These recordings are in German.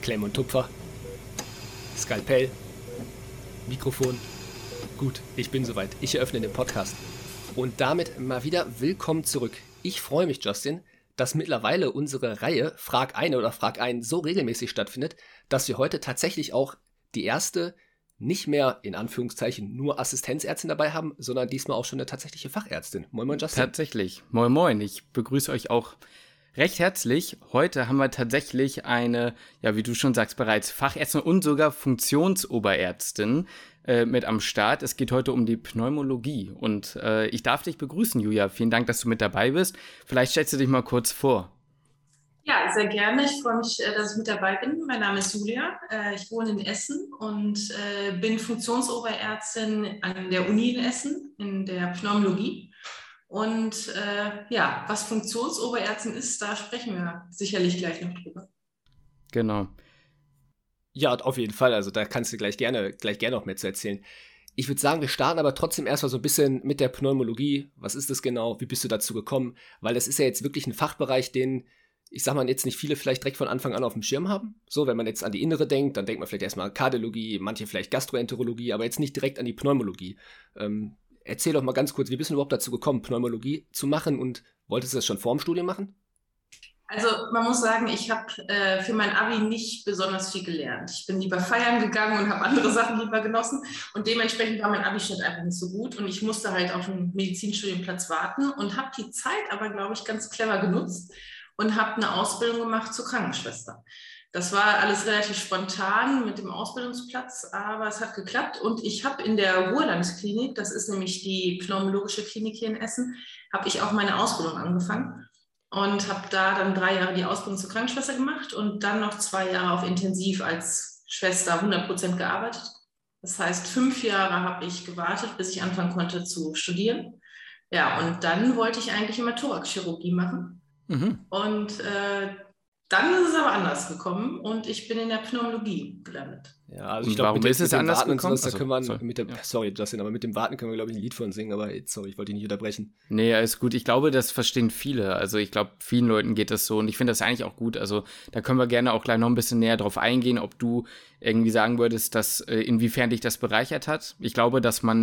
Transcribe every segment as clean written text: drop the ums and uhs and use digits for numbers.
Klemm und Tupfer, Skalpell, Mikrofon. Gut, ich bin soweit. Ich eröffne den Podcast. Und damit mal wieder willkommen zurück. Ich freue mich, Justin, dass mittlerweile unsere Reihe Frag eine oder Frag einen so regelmäßig stattfindet, dass wir heute tatsächlich auch die erste nicht mehr, in Anführungszeichen, nur Assistenzärztin dabei haben, sondern diesmal auch schon eine tatsächliche Fachärztin. Moin, moin, Justin. Tatsächlich. Moin, moin. Ich begrüße euch auch recht herzlich. Heute haben wir tatsächlich eine, ja, wie du schon sagst, bereits Fachärztin und sogar Funktionsoberärztin mit am Start. Es geht heute um die Pneumologie und ich darf dich begrüßen, Julia. Vielen Dank, dass du mit dabei bist. Vielleicht stellst du dich mal kurz vor. Ja, sehr gerne. Ich freue mich, dass ich mit dabei bin. Mein Name ist Julia. Ich wohne in Essen und bin Funktionsoberärztin an der Uni in Essen in der Pneumologie. Und ja, was Funktionsoberärztin ist, da sprechen wir sicherlich gleich noch drüber. Genau. Ja, auf jeden Fall. Also da kannst du gleich gerne noch mehr zu erzählen. Ich würde sagen, wir starten aber trotzdem erstmal so ein bisschen mit der Pneumologie. Was ist das genau? Wie bist du dazu gekommen? Weil das ist ja jetzt wirklich ein Fachbereich, den, ich sag mal, jetzt nicht viele vielleicht direkt von Anfang an auf dem Schirm haben. So, wenn man jetzt an die Innere denkt, dann denkt man vielleicht erstmal an Kardiologie, manche vielleicht Gastroenterologie, aber jetzt nicht direkt an die Pneumologie. Erzähl doch mal ganz kurz, wie bist du überhaupt dazu gekommen, Pneumologie zu machen, und wolltest du das schon vor dem Studium machen? Also man muss sagen, ich habe für mein Abi nicht besonders viel gelernt. Ich bin lieber feiern gegangen und habe andere Sachen lieber genossen und dementsprechend war mein Abi-Schnitt einfach nicht so gut und ich musste halt auf einen Medizinstudienplatz warten und habe die Zeit aber, glaube ich, ganz clever genutzt und habe eine Ausbildung gemacht zur Krankenschwester. Das war alles relativ spontan mit dem Ausbildungsplatz, aber es hat geklappt und ich habe in der Ruhrlandsklinik, das ist nämlich die pneumologische Klinik hier in Essen, habe ich auch meine Ausbildung angefangen und habe da dann 3 Jahre die Ausbildung zur Krankenschwester gemacht und dann noch 2 Jahre auf Intensiv als Schwester 100% gearbeitet. Das heißt, 5 Jahre habe ich gewartet, bis ich anfangen konnte zu studieren. Ja, und dann wollte ich eigentlich immer Thoraxchirurgie machen. Und dann ist es aber anders gekommen und ich bin in der Pneumologie gelandet. Ja, also ich glaube, ist es anders gekommen? Da können wir, sorry, Justin, aber mit dem Warten können wir, glaube ich, ein Lied von singen, aber sorry, ich wollte dich nicht unterbrechen. Nee, alles gut. Ich glaube, das verstehen viele. Also ich glaube, vielen Leuten geht das so und ich finde das eigentlich auch gut. Also da können wir gerne auch gleich noch ein bisschen näher drauf eingehen, ob du irgendwie sagen würdest, dass inwiefern dich das bereichert hat. Ich glaube,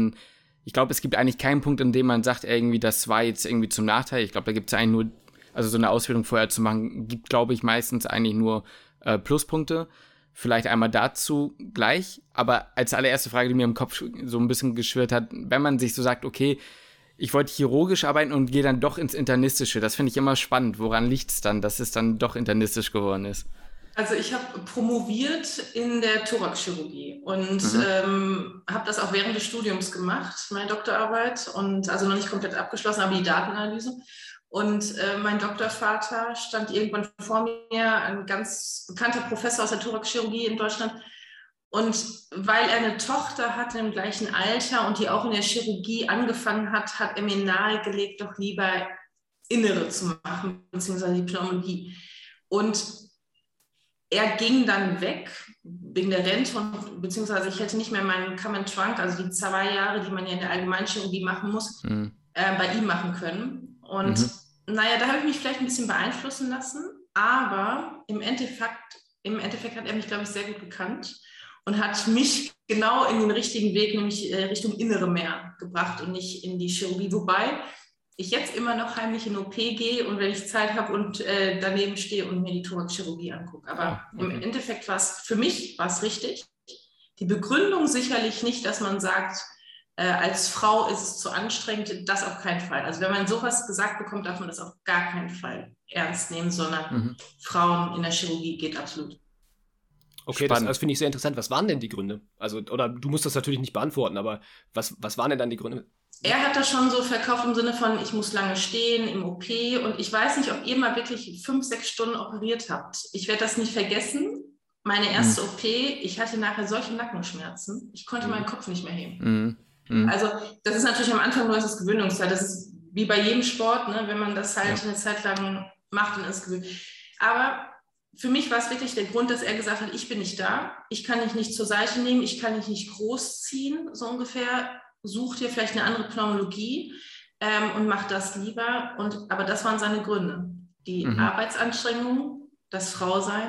es gibt eigentlich keinen Punkt, in dem man sagt, irgendwie, das war jetzt irgendwie zum Nachteil. Ich glaube, da gibt es eigentlich nur, also so eine Ausbildung vorher zu machen, gibt, glaube ich, meistens eigentlich nur Pluspunkte. Vielleicht einmal dazu gleich, aber als allererste Frage, die mir im Kopf so ein bisschen geschwirrt hat, wenn man sich so sagt, okay, ich wollte chirurgisch arbeiten und gehe dann doch ins Internistische, das finde ich immer spannend. Woran liegt es dann, dass es dann doch internistisch geworden ist? Also ich habe promoviert in der Thoraxchirurgie und habe das auch während des Studiums gemacht, meine Doktorarbeit, und also noch nicht komplett abgeschlossen, aber die Datenanalyse. Und mein Doktorvater stand irgendwann vor mir, ein ganz bekannter Professor aus der Thoraxchirurgie in Deutschland. Und weil er eine Tochter hatte im gleichen Alter und die auch in der Chirurgie angefangen hat, hat er mir nahegelegt, doch lieber Innere zu machen, beziehungsweise die Pneumologie. Und er ging dann weg wegen der Rente, beziehungsweise ich hätte nicht mehr meinen Come and Trunk, also die 2 Jahre, die man ja in der Allgemeinchirurgie machen muss, bei ihm machen können. Und naja, da habe ich mich vielleicht ein bisschen beeinflussen lassen, aber im Endeffekt hat er mich, glaube ich, sehr gut gekannt und hat mich genau in den richtigen Weg, nämlich Richtung Innere mehr gebracht und nicht in die Chirurgie. Wobei ich jetzt immer noch heimlich in OP gehe und wenn ich Zeit habe und daneben stehe und mir die Thoraxchirurgie angucke. Aber im Endeffekt war es für mich richtig. Die Begründung sicherlich nicht, dass man sagt, als Frau ist es zu anstrengend, das auf keinen Fall. Also wenn man sowas gesagt bekommt, darf man das auf gar keinen Fall ernst nehmen, sondern Frauen in der Chirurgie geht absolut. Okay, das finde ich sehr interessant. Was waren denn die Gründe? Also, oder du musst das natürlich nicht beantworten, aber was waren denn dann die Gründe? Er hat das schon so verkauft im Sinne von, ich muss lange stehen im OP und ich weiß nicht, ob ihr mal wirklich 5, 6 Stunden operiert habt. Ich werde das nicht vergessen. Meine erste OP, ich hatte nachher solche Nackenschmerzen, ich konnte meinen Kopf nicht mehr heben. Also das ist natürlich am Anfang nur das Gewöhnungszeit. Das ist wie bei jedem Sport, ne? Wenn man das halt eine Zeit lang macht, dann ist es gewöhnt. Aber für mich war es wirklich der Grund, dass er gesagt hat, ich bin nicht da, ich kann dich nicht zur Seite nehmen, ich kann dich nicht großziehen, so ungefähr. Such dir vielleicht eine andere Pneumologie und mach das lieber. Aber das waren seine Gründe. Die Arbeitsanstrengung, das Frausein,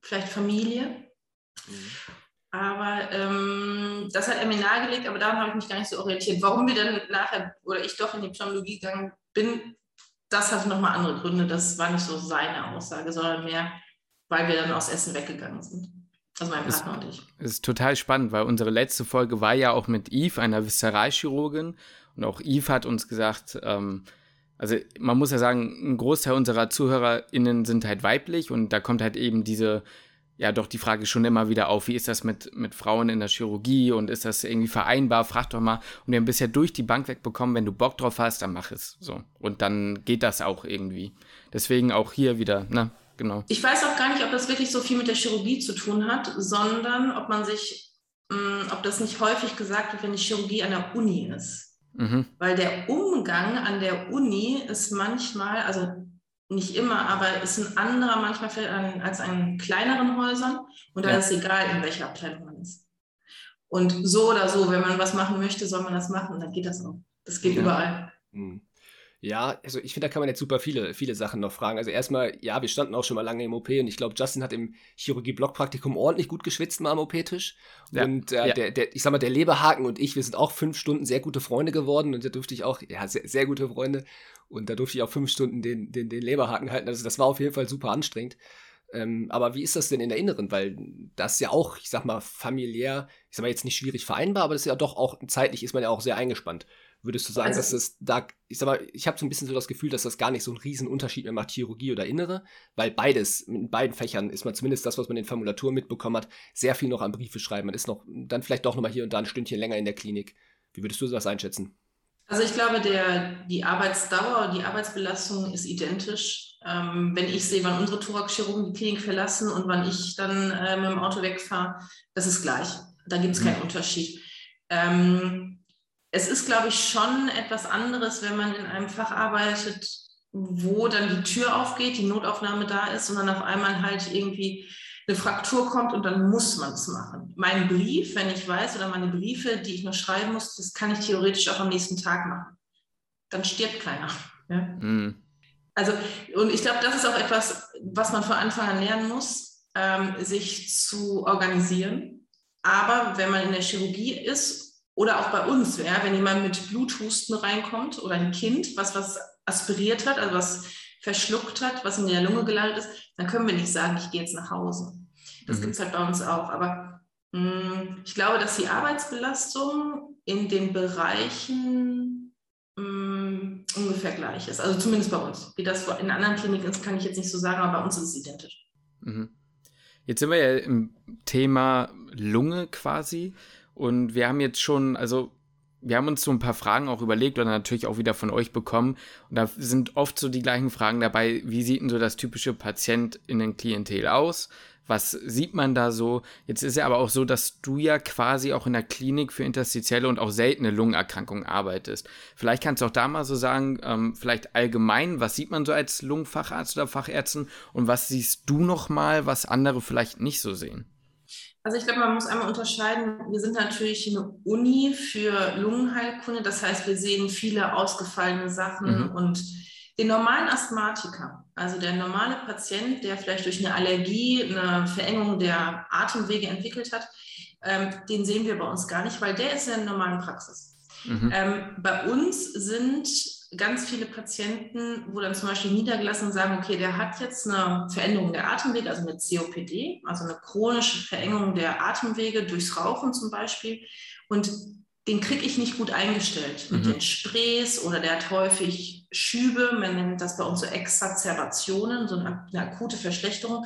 vielleicht Familie. Mhm. Aber das hat er mir nahegelegt, aber daran habe ich mich gar nicht so orientiert. Warum wir dann nachher, oder ich doch in die Pneumologie gegangen bin, das hatte nochmal andere Gründe. Das war nicht so seine Aussage, sondern mehr, weil wir dann aus Essen weggegangen sind. Also mein Partner und ich. Es ist total spannend, weil unsere letzte Folge war ja auch mit Yves, einer Viszeralchirurgin. Und auch Yves hat uns gesagt, also man muss ja sagen, ein Großteil unserer ZuhörerInnen sind halt weiblich und da kommt halt eben die Frage schon immer wieder auf, wie ist das mit Frauen in der Chirurgie und ist das irgendwie vereinbar? Frag doch mal. Und wir haben bisher durch die Bank wegbekommen, wenn du Bock drauf hast, dann mach es. So. Und dann geht das auch irgendwie. Deswegen auch hier wieder, ne? Genau. Ich weiß auch gar nicht, ob das wirklich so viel mit der Chirurgie zu tun hat, sondern ob das nicht häufig gesagt wird, wenn die Chirurgie an der Uni ist. Mhm. Weil der Umgang an der Uni ist manchmal, also nicht immer, aber ist ein anderer manchmal als an kleineren Häusern. Und da ist es egal, in welcher Abteilung man ist. Und so oder so, wenn man was machen möchte, soll man das machen. Und dann geht das auch. Das geht überall. Mhm. Ja, also ich finde, da kann man jetzt super viele Sachen noch fragen. Also erstmal, ja, wir standen auch schon mal lange im OP und ich glaube, Justin hat im Chirurgie-Blockpraktikum ordentlich gut geschwitzt mal am OP-Tisch. Ja. Und ich sag mal, der Leberhaken und ich, wir sind auch 5 Stunden sehr gute Freunde geworden und da durfte ich auch, sehr, sehr gute Freunde und da durfte ich auch 5 Stunden den Leberhaken halten. Also das war auf jeden Fall super anstrengend. Aber wie ist das denn in der Inneren? Weil das ja auch, ich sag mal, familiär, ich sag mal jetzt nicht schwierig vereinbar, aber das ist ja doch auch, zeitlich ist man ja auch sehr eingespannt. Würdest du sagen, dass es da, ich sag mal, ich habe so ein bisschen so das Gefühl, dass das gar nicht so einen riesen Unterschied mehr macht, Chirurgie oder Innere, weil in beiden Fächern ist man zumindest das, was man in den Formulaturen mitbekommen hat, sehr viel noch am Briefe schreiben. Man ist noch dann vielleicht doch nochmal hier und da ein Stündchen länger in der Klinik. Wie würdest du das einschätzen? Also ich glaube, die Arbeitsdauer, die Arbeitsbelastung ist identisch. Wenn ich sehe, wann unsere Thoraxchirurgen die Klinik verlassen und wann ich dann mit dem Auto wegfahre, das ist gleich. Da gibt es keinen Unterschied. Es ist, glaube ich, schon etwas anderes, wenn man in einem Fach arbeitet, wo dann die Tür aufgeht, die Notaufnahme da ist und dann auf einmal halt irgendwie eine Fraktur kommt und dann muss man es machen. Mein Brief, wenn ich weiß, oder meine Briefe, die ich noch schreiben muss, das kann ich theoretisch auch am nächsten Tag machen. Dann stirbt keiner. Ja? Mhm. Also, und ich glaube, das ist auch etwas, was man von Anfang an lernen muss, sich zu organisieren. Aber wenn man in der Chirurgie ist, oder auch bei uns, wenn jemand mit Bluthusten reinkommt oder ein Kind, was aspiriert hat, also was verschluckt hat, was in der Lunge gelandet ist, dann können wir nicht sagen, ich gehe jetzt nach Hause. Das gibt es halt bei uns auch. Aber ich glaube, dass die Arbeitsbelastung in den Bereichen ungefähr gleich ist. Also zumindest bei uns. Wie das in anderen Kliniken ist, kann ich jetzt nicht so sagen, aber bei uns ist es identisch. Mhm. Jetzt sind wir ja im Thema Lunge quasi. Und wir haben jetzt schon, also wir haben uns so ein paar Fragen auch überlegt oder natürlich auch wieder von euch bekommen. Und da sind oft so die gleichen Fragen dabei. Wie sieht denn so das typische PatientInnen-Klientel aus? Was sieht man da so? Jetzt ist ja aber auch so, dass du ja quasi auch in der Klinik für interstitielle und auch seltene Lungenerkrankungen arbeitest. Vielleicht kannst du auch da mal so sagen, vielleicht allgemein, was sieht man so als Lungenfacharzt oder Fachärztin und was siehst du nochmal, was andere vielleicht nicht so sehen? Also ich glaube, man muss einmal unterscheiden, wir sind natürlich eine Uni für Lungenheilkunde, das heißt, wir sehen viele ausgefallene Sachen und den normalen Asthmatiker, also der normale Patient, der vielleicht durch eine Allergie, eine Verengung der Atemwege entwickelt hat, den sehen wir bei uns gar nicht, weil der ist in der normalen Praxis. Bei uns sind ganz viele Patienten, wo dann zum Beispiel niedergelassen sagen, okay, der hat jetzt eine Veränderung der Atemwege, also eine COPD, also eine chronische Verengung der Atemwege durchs Rauchen zum Beispiel. Und den kriege ich nicht gut eingestellt mit den Sprays oder der hat häufig Schübe, man nennt das bei uns so Exazerbationen, so eine akute Verschlechterung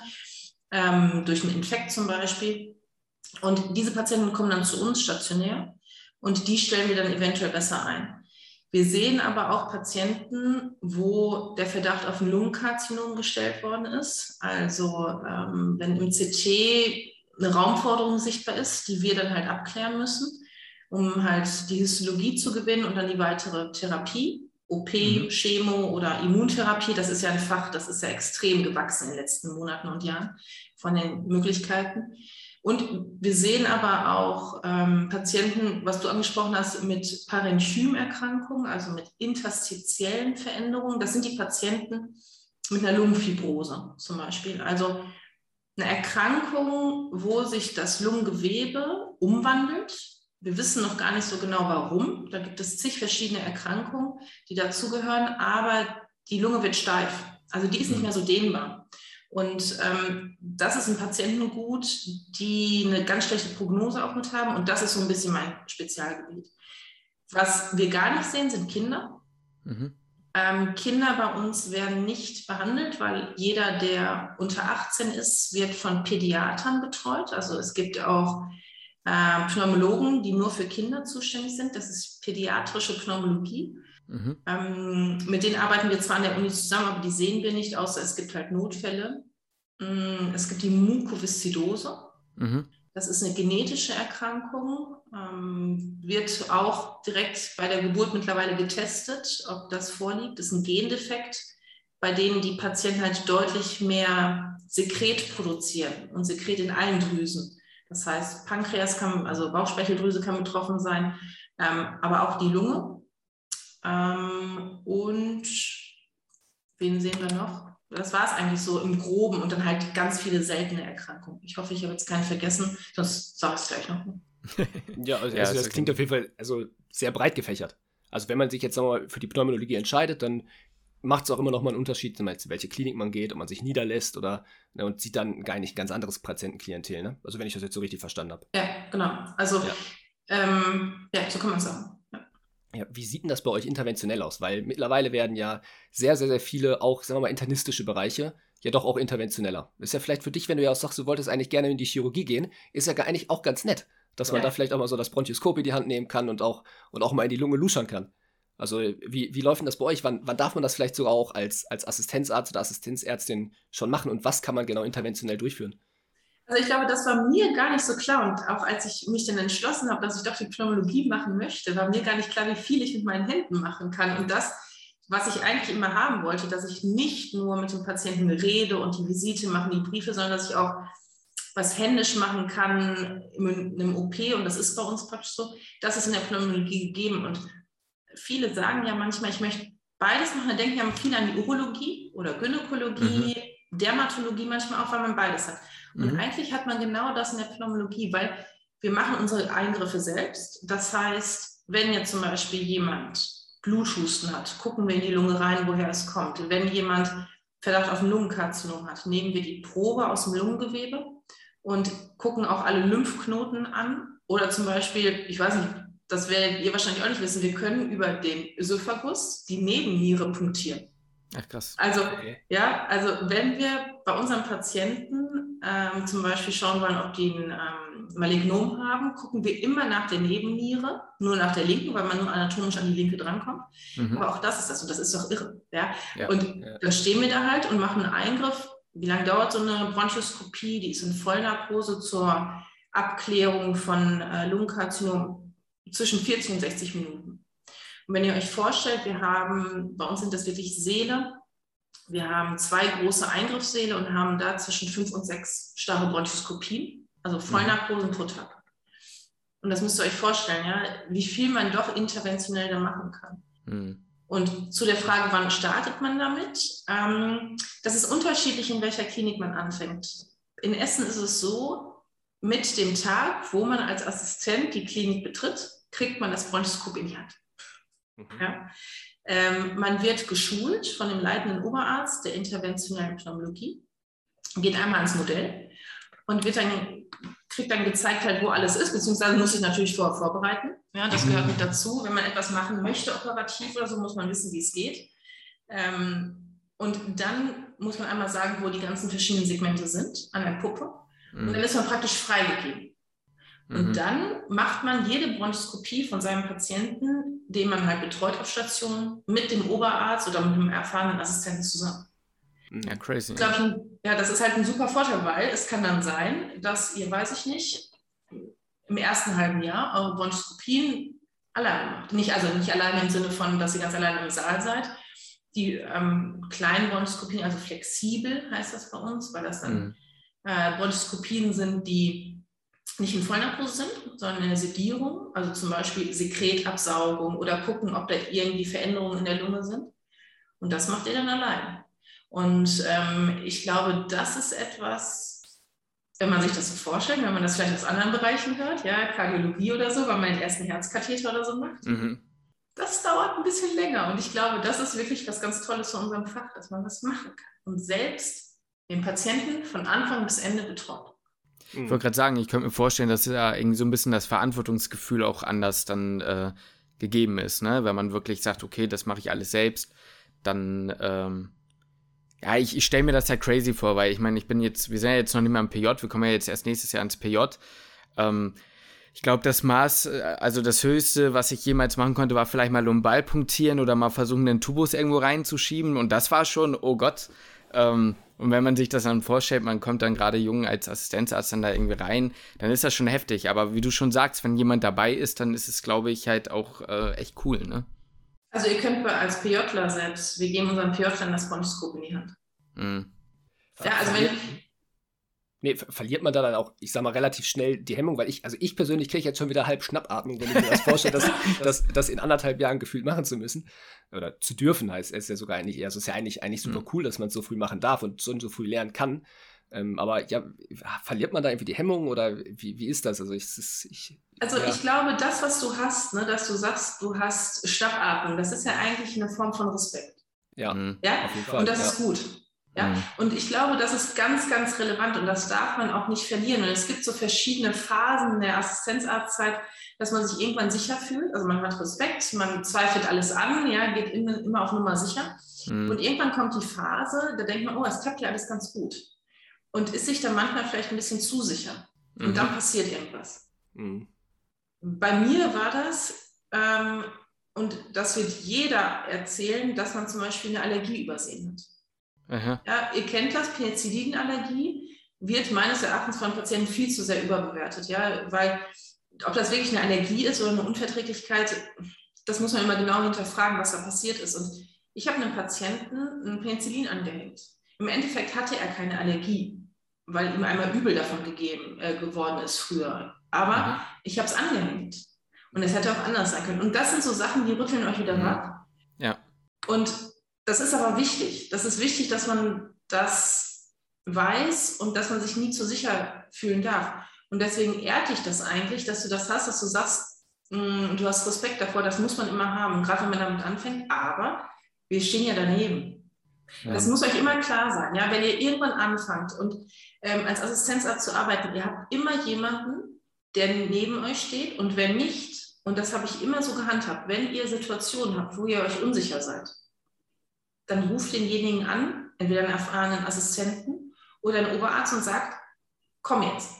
durch einen Infekt zum Beispiel. Und diese Patienten kommen dann zu uns stationär und die stellen wir dann eventuell besser ein. Wir sehen aber auch Patienten, wo der Verdacht auf ein Lungenkarzinom gestellt worden ist. Also wenn im CT eine Raumforderung sichtbar ist, die wir dann halt abklären müssen, um halt die Histologie zu gewinnen und dann die weitere Therapie, OP, Chemo oder Immuntherapie. Das ist ja ein Fach, das ist ja extrem gewachsen in den letzten Monaten und Jahren von den Möglichkeiten. Und wir sehen aber auch Patienten, was du angesprochen hast, mit Parenchymerkrankungen, also mit interstitiellen Veränderungen. Das sind die Patienten mit einer Lungenfibrose zum Beispiel. Also eine Erkrankung, wo sich das Lungengewebe umwandelt. Wir wissen noch gar nicht so genau, warum. Da gibt es zig verschiedene Erkrankungen, die dazugehören, aber die Lunge wird steif. Also die ist nicht mehr so dehnbar. Und das ist ein Patientengut, die eine ganz schlechte Prognose auch mit haben. Und das ist so ein bisschen mein Spezialgebiet. Was wir gar nicht sehen, sind Kinder. Kinder bei uns werden nicht behandelt, weil jeder, der unter 18 ist, wird von Pädiatern betreut. Also es gibt auch Pneumologen, die nur für Kinder zuständig sind. Das ist pädiatrische Pneumologie. Mit denen arbeiten wir zwar an der Uni zusammen, aber die sehen wir nicht, außer es gibt halt Notfälle. Es gibt die Mukoviszidose. Das ist eine genetische Erkrankung, wird auch direkt bei der Geburt mittlerweile getestet, ob das vorliegt. Das ist ein Gendefekt, bei denen die Patienten halt deutlich mehr Sekret produzieren und Sekret in allen Drüsen. Das heißt, Pankreas kann, also Bauchspeicheldrüse kann betroffen sein, aber auch die Lunge. Und wen sehen wir noch? Das war es eigentlich so im Groben und dann halt ganz viele seltene Erkrankungen. Ich hoffe, ich habe jetzt keinen vergessen, sonst sage ich es gleich noch. Ja, also das klingt auf jeden Fall sehr breit gefächert. Also wenn man sich jetzt nochmal für die Pneumologie entscheidet, dann macht es auch immer noch mal einen Unterschied, welche Klinik man geht, ob man sich niederlässt oder und sieht dann gar nicht ein ganz anderes Patientenklientel. Ne? Also wenn ich das jetzt so richtig verstanden habe. Ja, genau. Also so kann man es sagen. Ja, wie sieht denn das bei euch interventionell aus? Weil mittlerweile werden ja sehr, sehr, sehr viele auch, sagen wir mal, internistische Bereiche ja doch auch interventioneller. Ist ja vielleicht für dich, wenn du ja auch sagst, du wolltest eigentlich gerne in die Chirurgie gehen, ist ja eigentlich auch ganz nett, dass man da vielleicht auch mal so das Bronchoskop in die Hand nehmen kann und auch mal in die Lunge luschern kann. Also wie läuft denn das bei euch? Wann darf man das vielleicht sogar auch als Assistenzarzt oder Assistenzärztin schon machen und was kann man genau interventionell durchführen? Also ich glaube, das war mir gar nicht so klar und auch als ich mich dann entschlossen habe, dass ich doch die Pneumologie machen möchte, war mir gar nicht klar, wie viel ich mit meinen Händen machen kann und das, was ich eigentlich immer haben wollte, dass ich nicht nur mit dem Patienten rede und die Visite machen, die Briefe, sondern dass ich auch was händisch machen kann in einem OP und das ist bei uns praktisch so, das ist in der Pneumologie gegeben und viele sagen ja manchmal, ich möchte beides machen, da denken ja viele an die Urologie oder Gynäkologie, Dermatologie manchmal auch, weil man beides hat. Und eigentlich hat man genau das in der Pneumologie, weil wir machen unsere Eingriffe selbst. Das heißt, wenn jetzt zum Beispiel jemand Bluthusten hat, gucken wir in die Lunge rein, woher es kommt. Wenn jemand Verdacht auf ein Lungenkarzinom hat, nehmen wir die Probe aus dem Lungengewebe und gucken auch alle Lymphknoten an. Oder zum Beispiel, ich weiß nicht, das werdet ihr wahrscheinlich auch nicht wissen, wir können über den Ösophagus die Nebenniere punktieren. Ach krass. Also, also wenn wir bei unseren Patienten zum Beispiel schauen wollen, ob die ein Malignom haben, gucken wir immer nach der Nebenniere, nur nach der linken, weil man nur anatomisch an die linke drankommt. Aber auch das ist das und das ist doch irre. Und dann stehen wir da halt und machen einen Eingriff. Wie lange dauert so eine Bronchoskopie? Die ist in Vollnarkose zur Abklärung von Lungenkarzinom zwischen 40 und 60 Minuten. Und wenn ihr euch vorstellt, bei uns sind das wirklich Säle, wir haben 2 große Eingriffssäle und haben da zwischen 5 und 6 starre Bronchoskopien, also Vollnarkosen pro Tag. Und das müsst ihr euch vorstellen, wie viel man doch interventionell da machen kann. Und zu der Frage, wann startet man damit? Das ist unterschiedlich, in welcher Klinik man anfängt. In Essen ist es so, mit dem Tag, wo man als Assistent die Klinik betritt, kriegt man das Bronchoskop in die Hand. Man wird geschult von dem leitenden Oberarzt der interventionellen Pneumologie, geht einmal ans Modell und kriegt dann gezeigt, halt, wo alles ist, beziehungsweise muss sich natürlich vorbereiten. Ja, das gehört mit dazu. Wenn man etwas machen möchte, operativ oder so, muss man wissen, wie es geht. Und dann muss man einmal sagen, wo die ganzen verschiedenen Segmente sind an der Puppe. Und dann ist man praktisch freigegeben. Und dann macht man jede Bronchoskopie von seinem Patienten, den man halt betreut auf Station, mit dem Oberarzt oder mit einem erfahrenen Assistenten zusammen. Ja, crazy. Das ist halt ein super Vorteil, weil es kann dann sein, dass ihr, weiß ich nicht, im ersten halben Jahr eure Bronchoskopien alleine macht. Nicht alleine im Sinne von, dass ihr ganz alleine im Saal seid. Die kleinen Bronchoskopien, also flexibel heißt das bei uns, weil das dann Bronchoskopien sind, die nicht in Vollnarkose sind, sondern eine Sedierung, also zum Beispiel Sekretabsaugung oder gucken, ob da irgendwie Veränderungen in der Lunge sind. Und das macht ihr dann allein. Und ich glaube, das ist etwas, wenn man sich das so vorstellt, wenn man das vielleicht aus anderen Bereichen hört, ja, Kardiologie oder so, weil man den ersten Herzkatheter oder so macht, das dauert ein bisschen länger. Und ich glaube, das ist wirklich was ganz Tolles von unserem Fach, dass man was machen kann und selbst den Patienten von Anfang bis Ende betreut. Ich wollte gerade sagen, ich könnte mir vorstellen, dass da irgendwie so ein bisschen das Verantwortungsgefühl auch anders dann gegeben ist, ne? Wenn man wirklich sagt, okay, das mache ich alles selbst, dann, ich stelle mir das halt crazy vor, weil ich meine, wir sind ja jetzt noch nicht mal im PJ, wir kommen ja jetzt erst nächstes Jahr ins PJ. Ich glaube, das Maß, also das Höchste, was ich jemals machen konnte, war vielleicht mal Lumbal punktieren oder mal versuchen, einen Tubus irgendwo reinzuschieben und das war schon, oh Gott. Und wenn man sich das dann vorstellt, man kommt dann gerade jung als Assistenzarzt dann da irgendwie rein, dann ist das schon heftig. Aber wie du schon sagst, wenn jemand dabei ist, dann ist es, glaube ich, halt auch echt cool, ne? Also ihr könnt als PJler selbst, wir geben unseren PJlern das Bronchoskop in die Hand. Ja, also verliert man da dann auch, ich sag mal, relativ schnell die Hemmung, weil ich persönlich kriege jetzt schon wieder halb Schnappatmung, wenn ich mir das vorstelle, das in 1,5 Jahren gefühlt machen zu müssen. Oder zu dürfen heißt es ja sogar eigentlich eher. Es ist ja eigentlich super cool, dass man es so früh machen darf und so früh lernen kann. Aber ja, verliert man da irgendwie die Hemmung oder wie ist das? Also ich glaube, das, was du hast, ne, dass du sagst, du hast Schnappatmung, das ist ja eigentlich eine Form von Respekt. Ja, ja? Auf jeden Fall. Und das ist gut. Ja? Und ich glaube, das ist ganz, ganz relevant und das darf man auch nicht verlieren. Und es gibt so verschiedene Phasen der Assistenzarztzeit, dass man sich irgendwann sicher fühlt. Also man hat Respekt, man zweifelt alles an, ja, geht immer auf Nummer sicher. Und irgendwann kommt die Phase, da denkt man, oh, es klappt ja alles ganz gut. Und ist sich dann manchmal vielleicht ein bisschen zu sicher. Und dann passiert irgendwas. Bei mir war das, und das wird jeder erzählen, dass man zum Beispiel eine Allergie übersehen hat. Aha. Ja, ihr kennt das, Penicillinallergie wird meines Erachtens von Patienten viel zu sehr überbewertet, ja, weil ob das wirklich eine Allergie ist oder eine Unverträglichkeit, das muss man immer genau hinterfragen, was da passiert ist. Und ich habe einem Patienten ein Penicillin angehängt. Im Endeffekt hatte er keine Allergie, weil ihm einmal übel davon geworden ist früher. Aber ich habe es angehängt. Und es hätte auch anders sein können. Und das sind so Sachen, die rütteln euch wieder wach. Ja. Und das ist aber wichtig. Das ist wichtig, dass man das weiß und dass man sich nie zu sicher fühlen darf. Und deswegen ehrt dich das eigentlich, dass du das hast, dass du sagst, du hast Respekt davor, das muss man immer haben, gerade wenn man damit anfängt. Aber wir stehen ja daneben. Ja. Das muss euch immer klar sein. Ja? Wenn ihr irgendwann anfangt und als Assistenzarzt zu arbeiten, ihr habt immer jemanden, der neben euch steht. Und wenn nicht, und das habe ich immer so gehandhabt, wenn ihr Situationen habt, wo ihr euch unsicher seid, dann ruft denjenigen an, entweder einen erfahrenen Assistenten oder einen Oberarzt und sagt, komm jetzt.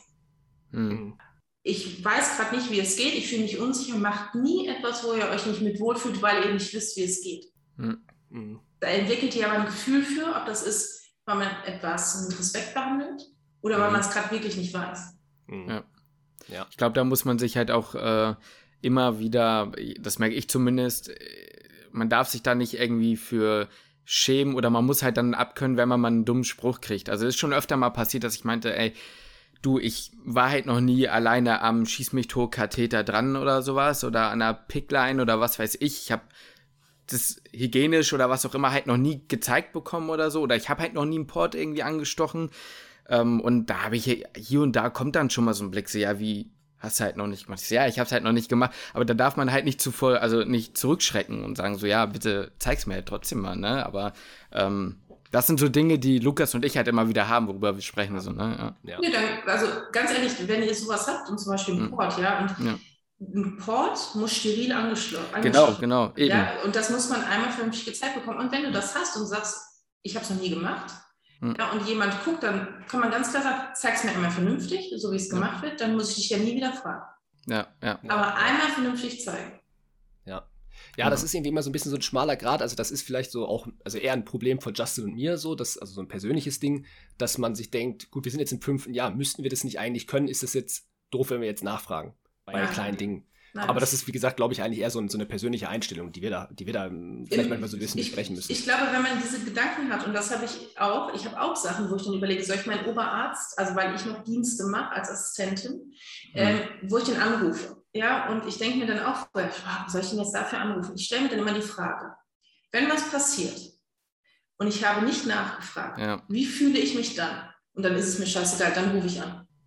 Ich weiß gerade nicht, wie es geht, ich fühle mich unsicher, macht nie etwas, wo ihr euch nicht mit wohlfühlt, weil ihr nicht wisst, wie es geht. Da entwickelt ihr aber ein Gefühl für, ob das ist, weil man etwas mit Respekt behandelt oder weil man es gerade wirklich nicht weiß. Ja. Ich glaube, da muss man sich halt auch immer wieder, das merke ich zumindest, man darf sich da nicht irgendwie für schämen oder man muss halt dann abkönnen, wenn man mal einen dummen Spruch kriegt. Also es ist schon öfter mal passiert, dass ich meinte, ey, du, ich war halt noch nie alleine am Schieß-mich-tot-Katheter dran oder sowas oder an einer Pickline oder was weiß ich. Ich habe das hygienisch oder was auch immer halt noch nie gezeigt bekommen oder so oder ich habe halt noch nie einen Port irgendwie angestochen und da habe ich hier und da kommt dann schon mal so ein Blick, so ja, wie hast du halt noch nicht gemacht? Ja, ich habe es halt noch nicht gemacht, aber da darf man halt nicht nicht zurückschrecken und sagen so, ja, bitte zeig's mir halt trotzdem mal, ne, aber das sind so Dinge, die Lukas und ich halt immer wieder haben, worüber wir sprechen, so, ne, ja. Nee, dann, also ganz ehrlich, wenn ihr sowas habt und zum Beispiel einen Port, ein Port muss steril angeschlossen. Genau, eben. Ja, und das muss man einmal vernünftig gezeigt bekommen und wenn du das hast und sagst, ich habe es noch nie gemacht, ja, und jemand guckt, dann kann man ganz klar sagen, zeig's mir einmal vernünftig, so wie es gemacht wird, dann muss ich dich ja nie wieder fragen. Ja. Aber einmal vernünftig zeigen. Ja, das ist irgendwie immer so ein bisschen so ein schmaler Grat, also das ist vielleicht so auch, also eher ein Problem von Justin und mir so, also so ein persönliches Ding, dass man sich denkt, gut, wir sind jetzt im 5. Jahr, müssten wir das nicht eigentlich können, ist das jetzt doof, wenn wir jetzt nachfragen bei kleinen Dingen. Nein, aber das ist, wie gesagt, glaube ich, eigentlich eher so eine persönliche Einstellung, die wir da vielleicht manchmal so ein bisschen besprechen müssen. Ich glaube, wenn man diese Gedanken hat, und das habe ich habe auch Sachen, wo ich dann überlege, soll ich meinen Oberarzt, also weil ich noch Dienste mache als Assistentin, wo ich den anrufe. Ja, und ich denke mir dann auch, soll ich den jetzt dafür anrufen? Ich stelle mir dann immer die Frage, wenn was passiert und ich habe nicht nachgefragt, wie fühle ich mich dann? Und dann ist es mir scheißegal, dann rufe ich an.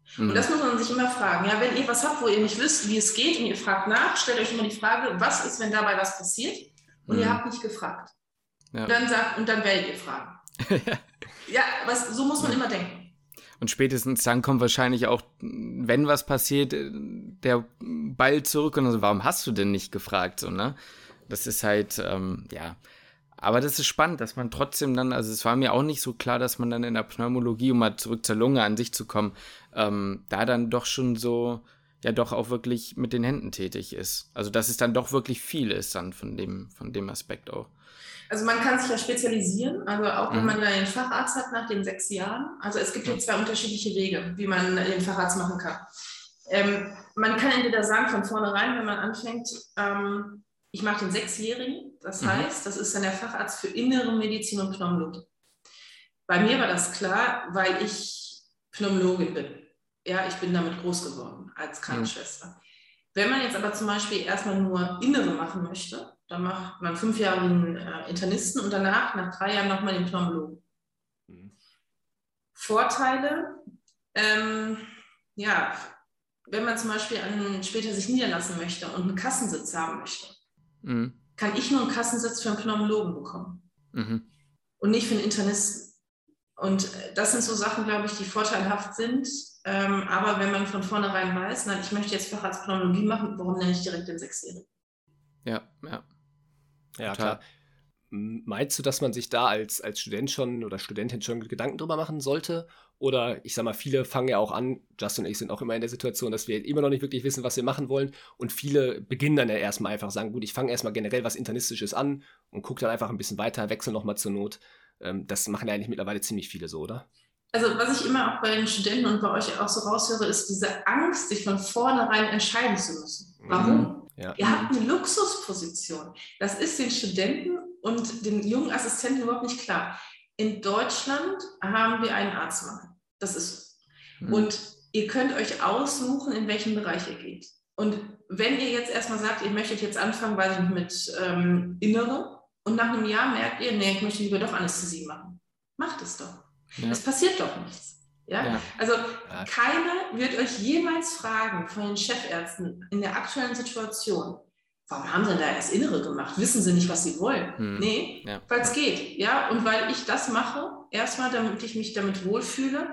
Und das muss man sich immer fragen. Ja, wenn ihr was habt, wo ihr nicht wisst, wie es geht und ihr fragt nach, stellt euch immer die Frage, was ist, wenn dabei was passiert und ihr habt nicht gefragt. Ja. Und dann werdet ihr fragen. Ja, so muss man immer denken. Und spätestens dann kommt wahrscheinlich auch, wenn was passiert, der Ball zurück und so, warum hast du denn nicht gefragt? So, ne? Das ist halt, ja. Aber das ist spannend, dass man trotzdem dann, also es war mir auch nicht so klar, dass man dann in der Pneumologie, um mal zurück zur Lunge an sich zu kommen, da dann doch schon so, ja doch auch wirklich mit den Händen tätig ist. Also dass es dann doch wirklich viel ist dann von dem Aspekt auch. Also man kann sich ja spezialisieren, also auch wenn man dann den Facharzt hat nach den 6 Jahren. Also es gibt hier 2 unterschiedliche Wege, wie man den Facharzt machen kann. Man kann entweder sagen von vornherein, wenn man anfängt, ich mache den 6-Jährigen, das heißt, das ist dann der Facharzt für Innere Medizin und Pneumologie. Bei mir war das klar, weil ich Pneumologin bin. Ja, ich bin damit groß geworden als Krankenschwester. Wenn man jetzt aber zum Beispiel erstmal nur Innere machen möchte, dann macht man 5 Jahre den Internisten und danach, nach 3 Jahren, nochmal den Pneumologen. Vorteile, ja, wenn man zum Beispiel später sich niederlassen möchte und einen Kassensitz haben möchte, kann ich nur einen Kassensitz für einen Pneumologen bekommen und nicht für einen Internisten. Und das sind so Sachen, glaube ich, die vorteilhaft sind. Aber wenn man von vornherein weiß, nein, ich möchte jetzt Facharzt Pneumologie machen, warum nenne ich direkt den 6-Jährigen? Ja, klar. Meinst du, dass man sich da als Student schon oder Studentin schon Gedanken drüber machen sollte? Oder ich sag mal, viele fangen ja auch an, Justin und ich sind auch immer in der Situation, dass wir immer noch nicht wirklich wissen, was wir machen wollen. Und viele beginnen dann ja erstmal einfach, sagen, gut, ich fange erstmal generell was Internistisches an und gucke dann einfach ein bisschen weiter, wechsle nochmal zur Not. Das machen ja eigentlich mittlerweile ziemlich viele so, oder? Also was ich immer auch bei den Studenten und bei euch auch so raushöre, ist diese Angst, sich von vornherein entscheiden zu müssen. Warum? Ja. Ihr habt eine Luxusposition. Das ist den Studenten und den jungen Assistenten überhaupt nicht klar. In Deutschland haben wir einen Arztmangel. Das ist so. Und ihr könnt euch aussuchen, in welchen Bereich ihr geht. Und wenn ihr jetzt erstmal sagt, ihr möchtet jetzt anfangen, weiß ich nicht, mit Innere und nach einem Jahr merkt ihr, nee, ich möchte lieber doch Anästhesie machen. Macht es doch. Ja. Es passiert doch nichts. Ja? Also keiner wird euch jemals fragen von den Chefärzten in der aktuellen Situation, warum haben sie denn da erst Innere gemacht? Wissen sie nicht, was sie wollen? Nee, weil es geht. Ja? Und weil ich das mache, erstmal, damit ich mich damit wohlfühle,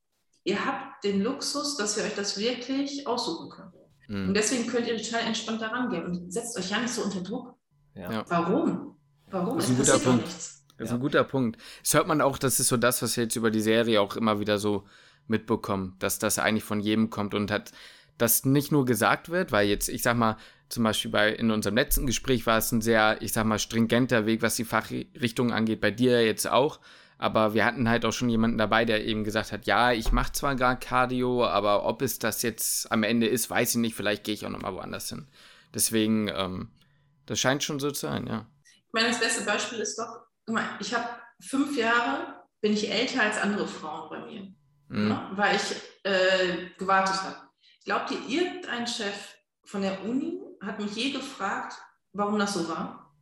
ihr habt den Luxus, dass ihr euch das wirklich aussuchen könnt. Und deswegen könnt ihr total entspannt daran gehen und setzt euch ja nicht so unter Druck. Ja. Warum? Das ist ein guter Punkt. Das ist ein guter Punkt. Das hört man auch, das ist so das, was wir jetzt über die Serie auch immer wieder so mitbekommen, dass das eigentlich von jedem kommt und das nicht nur gesagt wird, weil jetzt, ich sag mal, zum Beispiel in unserem letzten Gespräch war es ein sehr, ich sag mal, stringenter Weg, was die Fachrichtung angeht, bei dir jetzt auch, aber wir hatten halt auch schon jemanden dabei, der eben gesagt hat, ja, ich mache zwar gar Cardio, aber ob es das jetzt am Ende ist, weiß ich nicht, vielleicht gehe ich auch nochmal woanders hin. Deswegen, das scheint schon so zu sein, ja. Ich meine, das beste Beispiel ist doch, ich habe 5 Jahre, bin ich älter als andere Frauen bei mir, weil ich gewartet habe. Glaubt ihr, irgendein Chef von der Uni hat mich je gefragt, warum das so war?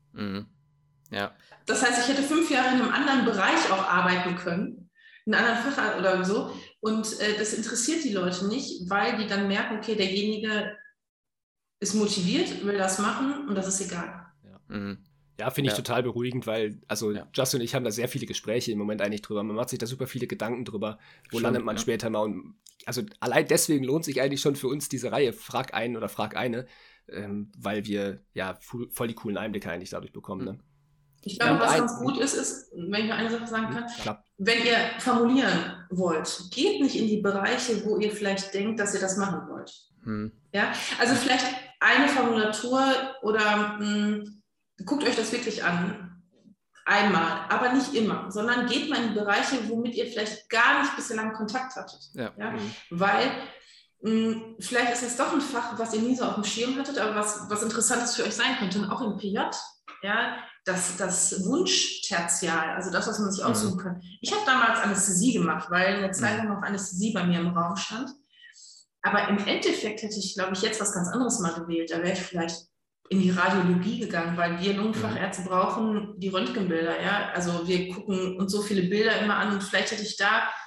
Ja. Das heißt, ich hätte 5 Jahre in einem anderen Bereich auch arbeiten können, in einem anderen Fach oder so. Und das interessiert die Leute nicht, weil die dann merken, okay, derjenige ist motiviert, will das machen und das ist egal. Ja, finde ich total beruhigend, weil, Justin und ich haben da sehr viele Gespräche im Moment eigentlich drüber. Man macht sich da super viele Gedanken drüber. Wo landet man später mal? Und also allein deswegen lohnt sich eigentlich schon für uns diese Reihe Frag einen oder Frag eine, weil wir voll die coolen Einblicke eigentlich dadurch bekommen. Ne? Ich glaube, was ganz gut ist, wenn ich noch eine Sache sagen kann, wenn ihr formulieren wollt, geht nicht in die Bereiche, wo ihr vielleicht denkt, dass ihr das machen wollt. Ja? Also vielleicht eine Formulatur oder guckt euch das wirklich an, einmal, aber nicht immer, sondern geht mal in die Bereiche, womit ihr vielleicht gar nicht bislang Kontakt hattet. Ja? Weil vielleicht ist es doch ein Fach, was ihr nie so auf dem Schirm hattet, aber was Interessantes für euch sein könnte. Und auch im PJ, ja, das Wunschtertial, also das, was man sich aussuchen kann. Ich habe damals Anästhesie gemacht, weil eine Zeit lang noch Anästhesie bei mir im Raum stand. Aber im Endeffekt hätte ich, glaube ich, jetzt was ganz anderes mal gewählt. Da wäre ich vielleicht in die Radiologie gegangen, weil wir Lungenfachärzte brauchen die Röntgenbilder. Ja? Also wir gucken uns so viele Bilder immer an und vielleicht hätte ich da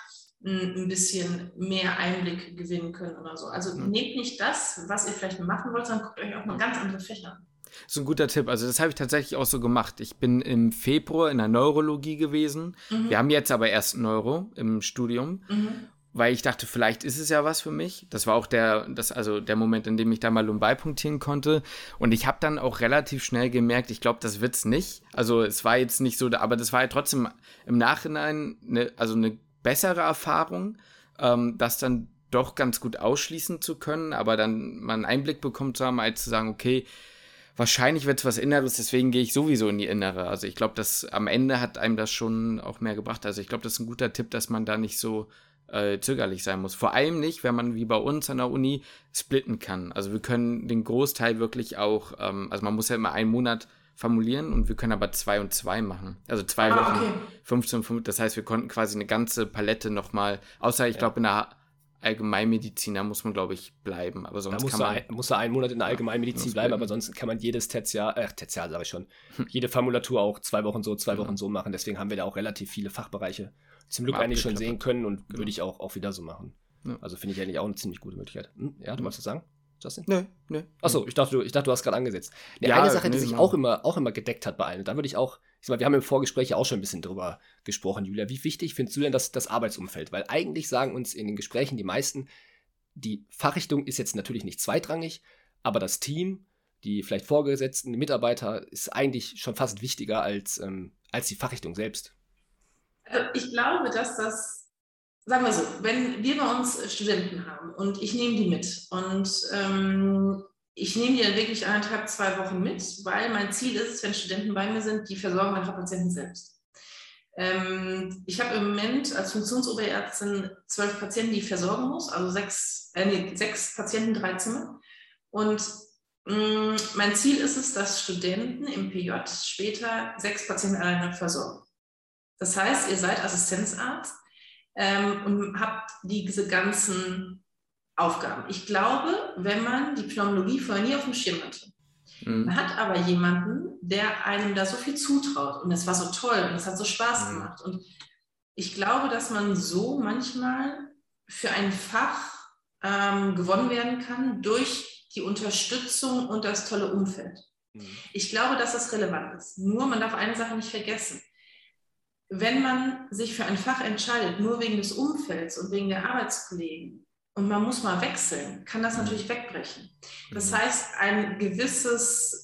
ein bisschen mehr Einblick gewinnen können oder so. Also nehmt nicht das, was ihr vielleicht machen wollt, sondern guckt euch auch mal ganz andere Fächer an. Das ist ein guter Tipp. Also das habe ich tatsächlich auch so gemacht. Ich bin im Februar in der Neurologie gewesen. Wir haben jetzt aber erst Neuro im Studium, weil ich dachte, vielleicht ist es ja was für mich. Das war auch der Moment, in dem ich da mal Lumbar punktieren konnte. Und ich habe dann auch relativ schnell gemerkt, ich glaube, das wird's nicht. Also es war jetzt nicht so, aber das war ja trotzdem im Nachhinein eine bessere Erfahrung, das dann doch ganz gut ausschließen zu können, aber dann mal einen Einblick bekommen zu haben, als zu sagen, okay, wahrscheinlich wird es was Inneres, deswegen gehe ich sowieso in die Innere. Also ich glaube, dass am Ende hat einem das schon auch mehr gebracht. Also ich glaube, das ist ein guter Tipp, dass man da nicht so zögerlich sein muss. Vor allem nicht, wenn man wie bei uns an der Uni splitten kann. Also wir können den Großteil wirklich auch, also man muss ja immer einen Monat formulieren und wir können aber 2 und 2 machen. Also 2 Wochen, Okay. 15 und 5. Das heißt, wir konnten quasi eine ganze Palette nochmal, außer ich glaube in der Allgemeinmedizin, da muss man, glaube ich, bleiben. Aber sonst muss er einen Monat in der Allgemeinmedizin bleiben, aber sonst kann man jedes Tertiar sage ich schon, jede Formulatur auch 2 Wochen so, 2 Wochen so machen. Deswegen haben wir da auch relativ viele Fachbereiche zum Glück eigentlich schon sehen können und würde ich auch wieder so machen. Ja. Also finde ich eigentlich auch eine ziemlich gute Möglichkeit. Ja, du wolltest was sagen, Justin? Nö. Achso, ich dachte, du hast gerade angesetzt. Ja, eine Sache, die sich auch immer gedeckt hat bei allen, da würde ich auch, wir haben im Vorgespräch ja auch schon ein bisschen drüber gesprochen, Julia. Wie wichtig findest du denn das Arbeitsumfeld? Weil eigentlich sagen uns in den Gesprächen die meisten, die Fachrichtung ist jetzt natürlich nicht zweitrangig, aber das Team, die vielleicht Vorgesetzten, die Mitarbeiter, ist eigentlich schon fast wichtiger als die Fachrichtung selbst. Also ich glaube, dass das, sagen wir so, wenn wir bei uns Studenten haben und ich nehme die mit und ich nehme die dann wirklich 1,5, 2 Wochen mit, weil mein Ziel ist es, wenn Studenten bei mir sind, die versorgen meine Patienten selbst. Ich habe im Moment als Funktionsoberärztin 12 Patienten, die ich versorgen muss, also 6 Patienten, 3 Zimmer. Und mein Ziel ist es, dass Studenten im PJ später 6 Patienten alleine versorgen. Das heißt, ihr seid Assistenzarzt und habt diese ganzen Aufgaben. Ich glaube, wenn man die Pneumologie vorher nie auf dem Schirm hatte, man hat aber jemanden, der einem da so viel zutraut und es war so toll und es hat so Spaß gemacht. Und ich glaube, dass man so manchmal für ein Fach gewonnen werden kann durch die Unterstützung und das tolle Umfeld. Ich glaube, dass das relevant ist. Nur man darf eine Sache nicht vergessen. Wenn man sich für ein Fach entscheidet, nur wegen des Umfelds und wegen der Arbeitskollegen, und man muss mal wechseln, kann das natürlich wegbrechen. Das heißt, ein gewisses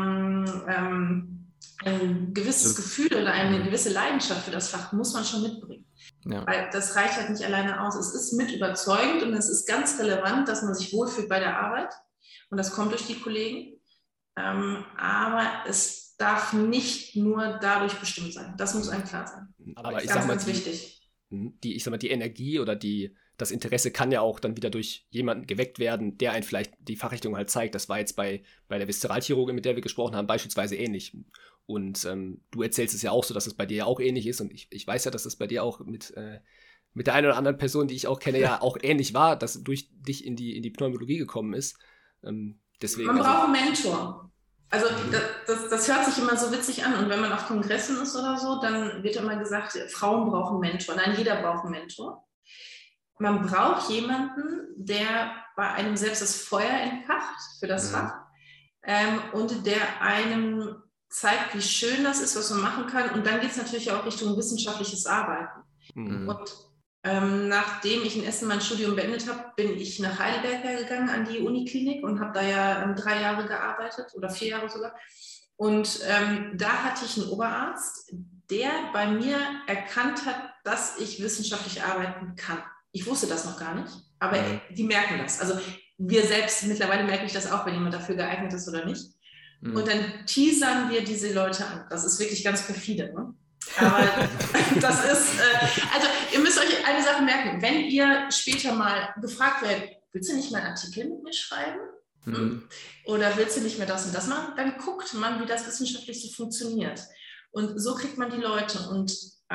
Gefühl oder eine gewisse Leidenschaft für das Fach muss man schon mitbringen. Ja. Weil das reicht halt nicht alleine aus. Es ist mit überzeugend und es ist ganz relevant, dass man sich wohlfühlt bei der Arbeit. Und das kommt durch die Kollegen. Aber es darf nicht nur dadurch bestimmt sein. Das muss einem klar sein. Aber ganz wichtig. Die Energie oder das Interesse kann ja auch dann wieder durch jemanden geweckt werden, der einen vielleicht die Fachrichtung halt zeigt. Das war jetzt bei der Viszeralchirurgin, mit der wir gesprochen haben, beispielsweise ähnlich. Und du erzählst es ja auch so, dass es bei dir ja auch ähnlich ist. Und ich weiß ja, dass es bei dir auch mit der einen oder anderen Person, die ich auch kenne, ja auch ähnlich war, dass durch dich in die Pneumologie gekommen ist. Deswegen, man braucht einen Mentor. Also das hört sich immer so witzig an. Und wenn man auf Kongressen ist oder so, dann wird immer gesagt, Frauen brauchen einen Mentor. Nein, jeder braucht einen Mentor. Man braucht jemanden, der bei einem selbst das Feuer entfacht für das Fach und der einem zeigt, wie schön das ist, was man machen kann. Und dann geht es natürlich auch Richtung wissenschaftliches Arbeiten. Und nachdem ich in Essen mein Studium beendet habe, bin ich nach Heidelberg gegangen an die Uniklinik und habe da ja 3 Jahre gearbeitet oder 4 Jahre sogar. Und da hatte ich einen Oberarzt, der bei mir erkannt hat, dass ich wissenschaftlich arbeiten kann. Ich wusste das noch gar nicht, aber die merken das. Also wir selbst, mittlerweile merke ich das auch, wenn jemand dafür geeignet ist oder nicht. Und dann teasern wir diese Leute an. Das ist wirklich ganz perfide, ne? Aber das ist, also ihr müsst euch eine Sache merken, wenn ihr später mal gefragt werdet, willst du nicht mal einen Artikel mit mir schreiben? Oder willst du nicht mehr das und das machen? Dann guckt man, wie das wissenschaftlich so funktioniert. Und so kriegt man die Leute. Und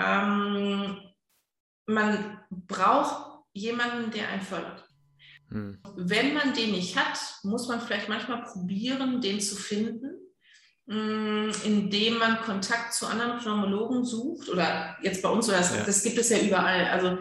man braucht jemanden, der einen fördert. Wenn man den nicht hat, muss man vielleicht manchmal probieren, den zu finden. indem man Kontakt zu anderen Pneumologen sucht, oder jetzt bei uns, das gibt es ja überall. Also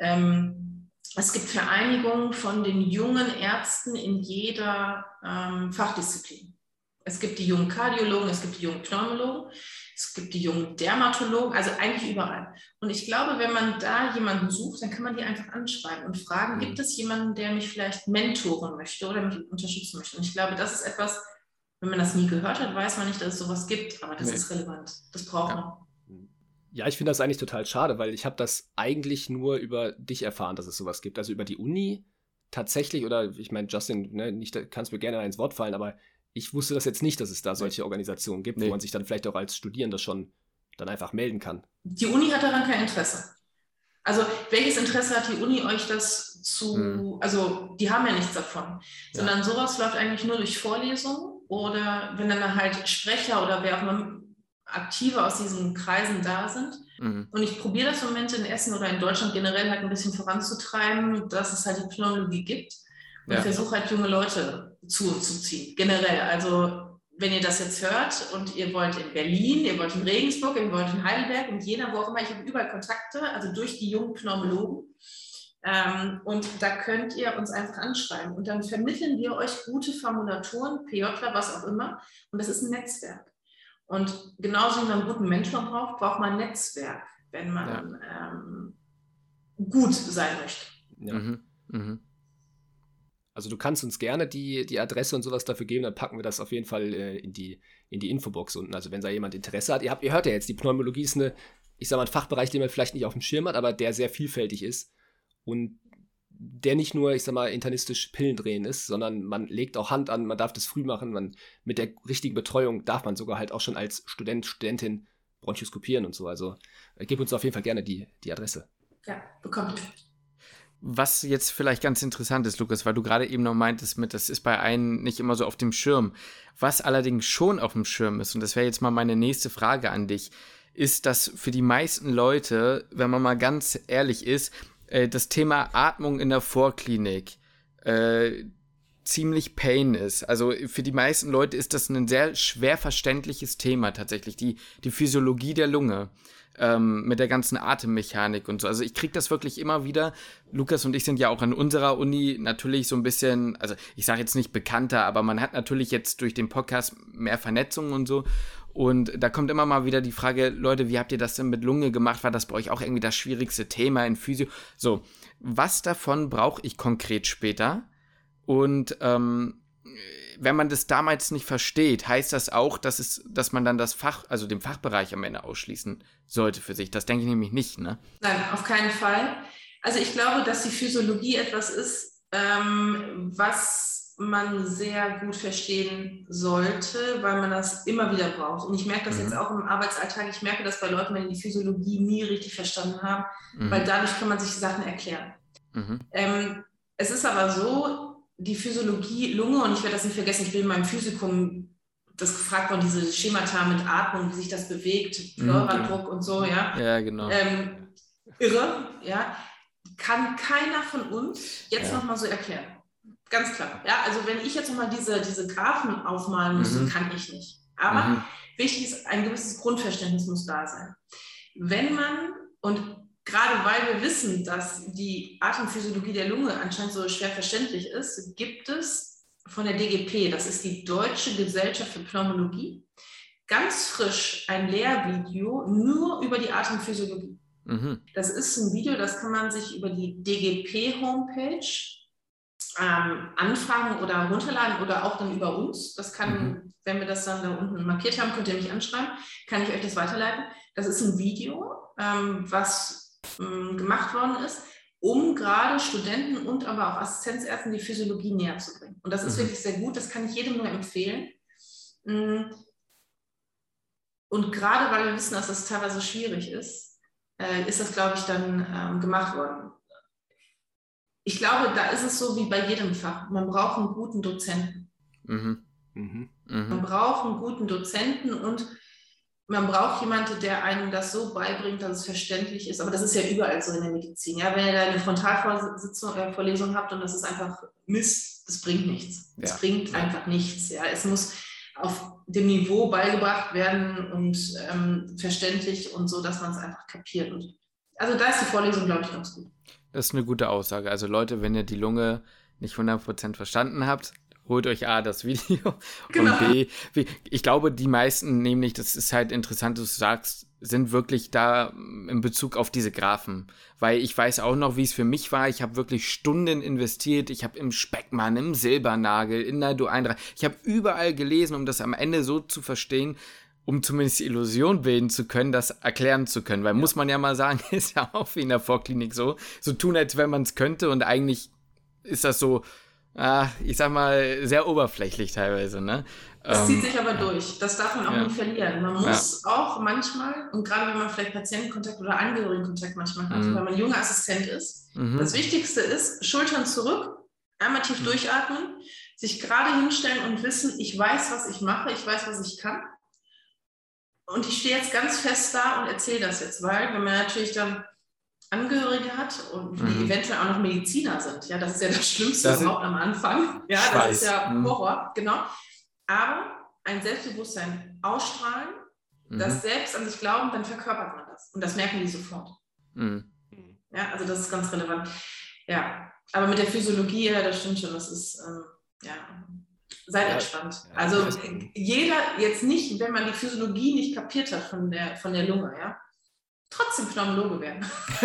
es gibt Vereinigungen von den jungen Ärzten in jeder Fachdisziplin. Es gibt die jungen Kardiologen, es gibt die jungen Pneumologen, es gibt die jungen Dermatologen, also eigentlich überall. Und ich glaube, wenn man da jemanden sucht, dann kann man die einfach anschreiben und fragen, gibt es jemanden, der mich vielleicht mentoren möchte oder mich unterstützen möchte? Und ich glaube, das ist etwas, wenn man das nie gehört hat, weiß man nicht, dass es sowas gibt, aber das ist relevant. Das braucht man. Ja, ich finde das eigentlich total schade, weil ich habe das eigentlich nur über dich erfahren, dass es sowas gibt. Also über die Uni tatsächlich, oder ich meine, Justin, ne, kannst mir gerne ins Wort fallen, aber ich wusste das jetzt nicht, dass es da solche Organisationen gibt, wo man sich dann vielleicht auch als Studierender schon dann einfach melden kann. Die Uni hat daran kein Interesse. Also welches Interesse hat die Uni, euch das also die haben ja nichts davon, sondern sowas läuft eigentlich nur durch Vorlesungen oder wenn dann halt Sprecher oder wer auch immer Aktive aus diesen Kreisen da sind. Und ich probiere das im Moment in Essen oder in Deutschland generell halt ein bisschen voranzutreiben, dass es halt die Pneumologie gibt und versuche halt junge Leute zu uns zu ziehen, generell. Also wenn ihr das jetzt hört und ihr wollt in Berlin, ihr wollt in Regensburg, ihr wollt in Heidelberg und Jena, wo auch immer, ich habe überall Kontakte, also durch die jungen Pneumologen. Und da könnt ihr uns einfach anschreiben und dann vermitteln wir euch gute Formulaturen, PJler, was auch immer. Und das ist ein Netzwerk. Und genauso wie man einen guten Mentor braucht man ein Netzwerk, wenn man gut sein möchte. Ja. Also du kannst uns gerne die Adresse und sowas dafür geben, dann packen wir das auf jeden Fall in die Infobox unten. Also wenn da jemand Interesse hat, ihr hört ja jetzt, die Pneumologie ist ein Fachbereich, den man vielleicht nicht auf dem Schirm hat, aber der sehr vielfältig ist und der nicht nur, internistisch Pillen drehen ist, sondern man legt auch Hand an, man darf das früh machen, mit der richtigen Betreuung darf man sogar halt auch schon als Studentin bronchoskopieren und so. Also gib uns auf jeden Fall gerne die Adresse. Ja, bekommt ihr. Was jetzt vielleicht ganz interessant ist, Lukas, weil du gerade eben noch meintest, das ist bei einem nicht immer so auf dem Schirm. Was allerdings schon auf dem Schirm ist, und das wäre jetzt mal meine nächste Frage an dich, ist, dass für die meisten Leute, wenn man mal ganz ehrlich ist, das Thema Atmung in der Vorklinik ziemlich pain ist. Also für die meisten Leute ist das ein sehr schwer verständliches Thema tatsächlich, die Physiologie der Lunge. Mit der ganzen Atemmechanik und so. Also ich kriege das wirklich immer wieder. Lukas und ich sind ja auch an unserer Uni natürlich so ein bisschen, also ich sage jetzt nicht bekannter, aber man hat natürlich jetzt durch den Podcast mehr Vernetzung und so. Und da kommt immer mal wieder die Frage, Leute, wie habt ihr das denn mit Lunge gemacht? War das bei euch auch irgendwie das schwierigste Thema in Physio? So, was davon brauche ich konkret später? Und wenn man das damals nicht versteht, heißt das auch, dass man dann den Fachbereich am Ende ausschließen sollte für sich. Das denke ich nämlich nicht, ne? Nein, auf keinen Fall. Also ich glaube, dass die Physiologie etwas ist, was man sehr gut verstehen sollte, weil man das immer wieder braucht. Und ich merke das jetzt auch im Arbeitsalltag. Ich merke das bei Leuten, wenn die Physiologie nie richtig verstanden haben, weil dadurch kann man sich Sachen erklären. Es ist aber so, die Physiologie Lunge, und ich werde das nicht vergessen, ich bin in meinem Physikum das gefragt worden, diese Schemata mit Atmung, wie sich das bewegt, Pleuradruck und so, ja. Ja, genau. Irre, ja. Kann keiner von uns jetzt nochmal so erklären. Ganz klar. Ja, also wenn ich jetzt nochmal diese Graphen aufmalen müsste, kann ich nicht. Aber wichtig ist, ein gewisses Grundverständnis muss da sein. Wenn man, und gerade weil wir wissen, dass die Atemphysiologie der Lunge anscheinend so schwer verständlich ist, gibt es von der DGP, das ist die Deutsche Gesellschaft für Pneumologie, ganz frisch ein Lehrvideo nur über die Atemphysiologie. Das ist ein Video, das kann man sich über die DGP-Homepage anfragen oder runterladen oder auch dann über uns. Das kann, wenn wir das dann da unten markiert haben, könnt ihr mich anschreiben, kann ich euch das weiterleiten. Das ist ein Video, was gemacht worden ist, um gerade Studenten und aber auch Assistenzärzten die Physiologie näher zu bringen. Und das ist wirklich sehr gut, das kann ich jedem nur empfehlen. Und gerade weil wir wissen, dass das teilweise schwierig ist das, glaube ich, dann gemacht worden. Ich glaube, da ist es so wie bei jedem Fach. Man braucht einen guten Dozenten. Man braucht einen guten Dozenten und man braucht jemanden, der einem das so beibringt, dass es verständlich ist. Aber das ist ja überall so in der Medizin. Ja? Wenn ihr da eine Frontalvorlesung habt und das ist einfach Mist, das bringt nichts. Das bringt einfach nichts. Ja? Es muss auf dem Niveau beigebracht werden und verständlich und so, dass man es einfach kapiert. Und also da ist die Vorlesung, glaube ich, ganz gut. Das ist eine gute Aussage. Also Leute, wenn ihr die Lunge nicht 100% verstanden habt, holt euch A, das Video Genau. und B, ich glaube, die meisten nämlich, das ist halt interessant, du sagst, sind wirklich da in Bezug auf diese Graphen. Weil ich weiß auch noch, wie es für mich war. Ich habe wirklich Stunden investiert. Ich habe im Speckmann, im Silbernagel, in der Du-Eintrag. Ich habe überall gelesen, um das am Ende so zu verstehen, um zumindest die Illusion bilden zu können, das erklären zu können. Weil muss man ja mal sagen, ist ja auch wie in der Vorklinik so tun, als wenn man es könnte und eigentlich ist das so, ich sag mal, sehr oberflächlich teilweise, ne? Das zieht sich aber durch. Das darf man auch nie verlieren. Man muss auch manchmal, und gerade wenn man vielleicht Patientenkontakt oder Angehörigenkontakt manchmal hat, weil man junger Assistent ist, das Wichtigste ist, Schultern zurück, einmal tief durchatmen, sich gerade hinstellen und wissen, ich weiß, was ich mache, ich weiß, was ich kann. Und ich stehe jetzt ganz fest da und erzähle das jetzt, weil wenn man natürlich dann Angehörige hat und die eventuell auch noch Mediziner sind, ja, das ist ja das Schlimmste überhaupt am Anfang. Ja, das ist ja Horror, genau. Aber ein Selbstbewusstsein ausstrahlen, das selbst an sich glauben, dann verkörpert man das. Und das merken die sofort. Ja, also das ist ganz relevant. Ja, aber mit der Physiologie, ja, das stimmt schon, das ist, seid entspannt. Also jeder, jetzt nicht, wenn man die Physiologie nicht kapiert hat von der Lunge, ja, trotzdem Pneumologe werden.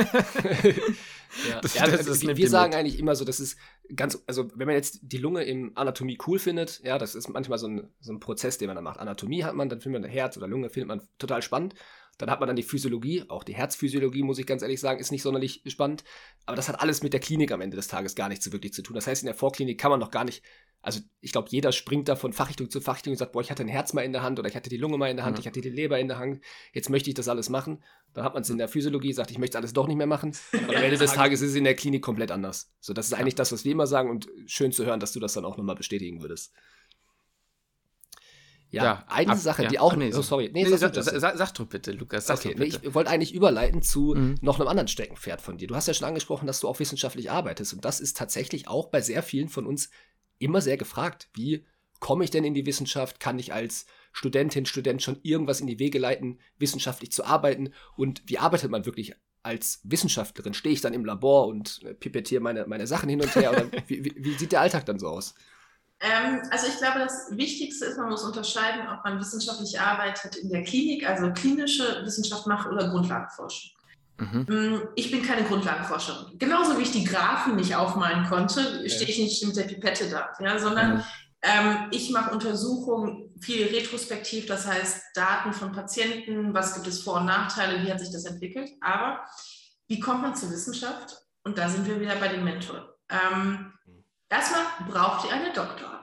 Wir sagen eigentlich immer so, das ist ganz, also wenn man jetzt die Lunge in Anatomie cool findet, ja, das ist manchmal so ein Prozess, den man da macht. Anatomie hat man, dann findet man Herz oder Lunge, findet man total spannend. Dann hat man dann die Physiologie, auch die Herzphysiologie, muss ich ganz ehrlich sagen, ist nicht sonderlich spannend. Aber das hat alles mit der Klinik am Ende des Tages gar nichts so wirklich zu tun. Das heißt, in der Vorklinik kann man noch gar nicht, also ich glaube, jeder springt da von Fachrichtung zu Fachrichtung und sagt, boah, ich hatte ein Herz mal in der Hand oder ich hatte die Lunge mal in der Hand, ich hatte die Leber in der Hand, jetzt möchte ich das alles machen. Dann hat man es in der Physiologie, sagt, ich möchte alles doch nicht mehr machen. Und am Ende des Tages ist es in der Klinik komplett anders. So, das ist eigentlich das, was wir immer sagen und schön zu hören, dass du das dann auch nochmal bestätigen würdest. Eine Sache, die auch... Sag doch bitte, Lukas. Ich wollte eigentlich überleiten zu noch einem anderen Steckenpferd von dir. Du hast ja schon angesprochen, dass du auch wissenschaftlich arbeitest. Und das ist tatsächlich auch bei sehr vielen von uns immer sehr gefragt. Wie komme ich denn in die Wissenschaft? Kann ich als Studentin, Student schon irgendwas in die Wege leiten, wissenschaftlich zu arbeiten? Und wie arbeitet man wirklich als Wissenschaftlerin? Stehe ich dann im Labor und pipettiere meine Sachen hin und her? Oder wie sieht der Alltag dann so aus? Also ich glaube, das Wichtigste ist, man muss unterscheiden, ob man wissenschaftliche Arbeit hat in der Klinik, also klinische Wissenschaft macht oder Grundlagenforschung. Ich bin keine Grundlagenforscherin. Genauso wie ich die Graphen nicht aufmalen konnte, stehe ich nicht mit der Pipette da, ja, sondern ich mache Untersuchungen viel retrospektiv, das heißt Daten von Patienten, was gibt es Vor- und Nachteile, wie hat sich das entwickelt, aber wie kommt man zur Wissenschaft? Und da sind wir wieder bei den Mentoren. Erstmal braucht ihr eine Doktorarbeit.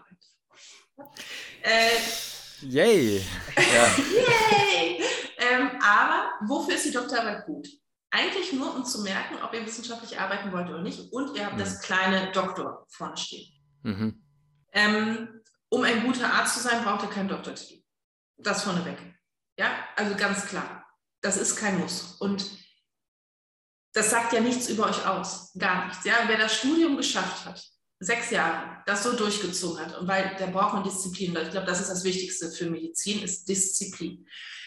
Yay! Yay! Aber wofür ist die Doktorarbeit gut? Eigentlich nur, um zu merken, ob ihr wissenschaftlich arbeiten wollt oder nicht. Und ihr habt das kleine Doktor vorne stehen. Um ein guter Arzt zu sein, braucht ihr keinen Doktortitel. Das vorneweg. Ja, also ganz klar. Das ist kein Muss. Und das sagt ja nichts über euch aus. Gar nichts. Ja, wer das Studium geschafft hat, 6 Jahre, das so durchgezogen hat, und weil da braucht man Disziplin. Ich glaube, das ist das Wichtigste für Medizin, ist Disziplin.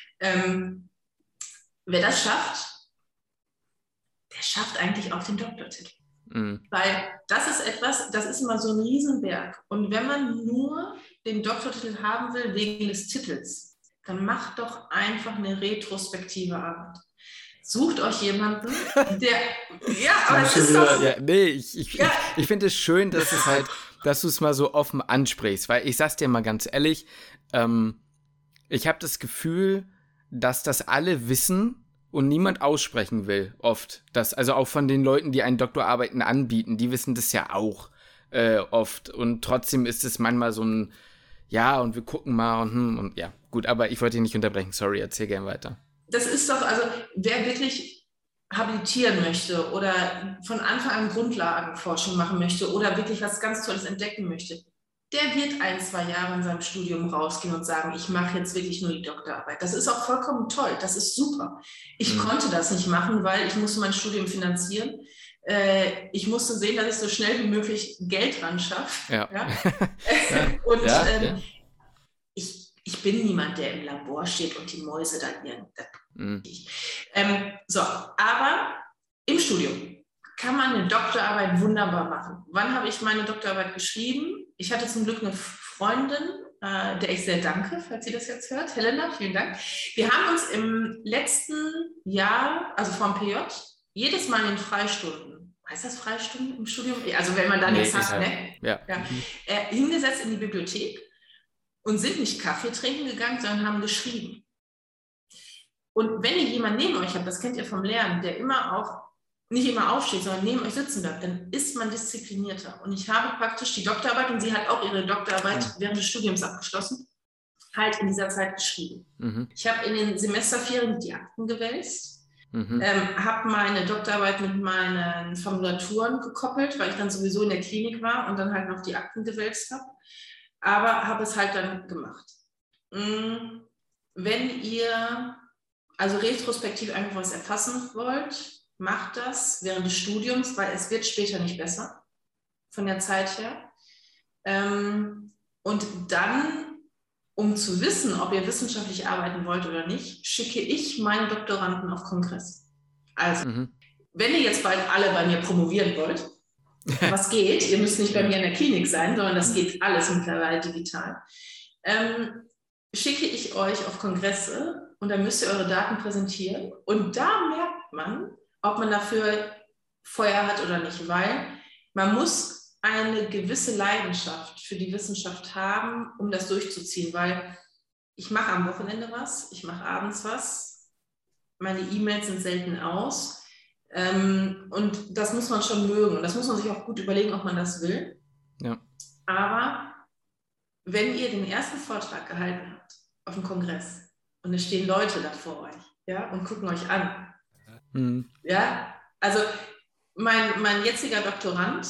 Wer das schafft, der schafft eigentlich auch den Doktortitel. Weil das ist etwas, das ist immer so ein Riesenberg. Und wenn man nur den Doktortitel haben will wegen des Titels, dann macht doch einfach eine retrospektive Arbeit. Sucht euch jemanden, der... Ja, aber es ist doch... Ich finde es schön, dass du es mal so offen ansprichst, weil ich sag's dir mal ganz ehrlich, ich habe das Gefühl, dass das alle wissen und niemand aussprechen will, oft. Also auch von den Leuten, die einen Doktorarbeiten anbieten, die wissen das ja auch oft. Und trotzdem ist es manchmal so ein, ja, und wir gucken mal und ja, gut, aber ich wollte dich nicht unterbrechen, sorry, erzähl gern weiter. Das ist doch, also wer wirklich habilitieren möchte oder von Anfang an Grundlagenforschung machen möchte oder wirklich was ganz Tolles entdecken möchte, der wird 1-2 Jahre in seinem Studium rausgehen und sagen, ich mache jetzt wirklich nur die Doktorarbeit. Das ist auch vollkommen toll, das ist super. Ich konnte das nicht machen, weil ich musste mein Studium finanzieren. Ich musste sehen, dass ich so schnell wie möglich Geld ran schaffe. Ja. Und Ich bin niemand, der im Labor steht und die Mäuse dann aber im Studium kann man eine Doktorarbeit wunderbar machen. Wann habe ich meine Doktorarbeit geschrieben? Ich hatte zum Glück eine Freundin, der ich sehr danke, falls sie das jetzt hört. Helena, vielen Dank. Wir haben uns im letzten Jahr, also vom PJ, jedes Mal in den Freistunden, heißt das Freistunden im Studium? Also wenn man da nichts hat, ne? Ja. Hingesetzt in die Bibliothek und sind nicht Kaffee trinken gegangen, sondern haben geschrieben. Und wenn ihr jemanden neben euch habt, das kennt ihr vom Lernen, der nicht immer aufsteht, sondern neben euch sitzen bleibt, dann ist man disziplinierter. Und ich habe praktisch die Doktorarbeit, und sie hat auch ihre Doktorarbeit während des Studiums abgeschlossen, halt in dieser Zeit geschrieben. Ich habe in den Semesterferien die Akten gewälzt, habe meine Doktorarbeit mit meinen Formulaturen gekoppelt, weil ich dann sowieso in der Klinik war und dann halt noch die Akten gewälzt habe. Aber habe es halt dann gemacht. Wenn ihr also retrospektiv einfach was erfassen wollt, macht das während des Studiums, weil es wird später nicht besser, von der Zeit her. Und dann, um zu wissen, ob ihr wissenschaftlich arbeiten wollt oder nicht, schicke ich meine Doktoranden auf Kongress. Also, wenn ihr jetzt bald alle bei mir promovieren wollt, was geht, ihr müsst nicht bei mir in der Klinik sein, sondern das geht alles mittlerweile digital, schicke ich euch auf Kongresse und dann müsst ihr eure Daten präsentieren. Und da merkt man, ob man dafür Feuer hat oder nicht, weil man muss eine gewisse Leidenschaft für die Wissenschaft haben, um das durchzuziehen, weil ich mache am Wochenende was, ich mache abends was, meine E-Mails sind selten aus und das muss man schon mögen und das muss man sich auch gut überlegen, ob man das will. Ja. Aber wenn ihr den ersten Vortrag gehalten habt auf dem Kongress und es stehen Leute da vor euch, ja, und gucken euch an, ja, also mein jetziger Doktorand,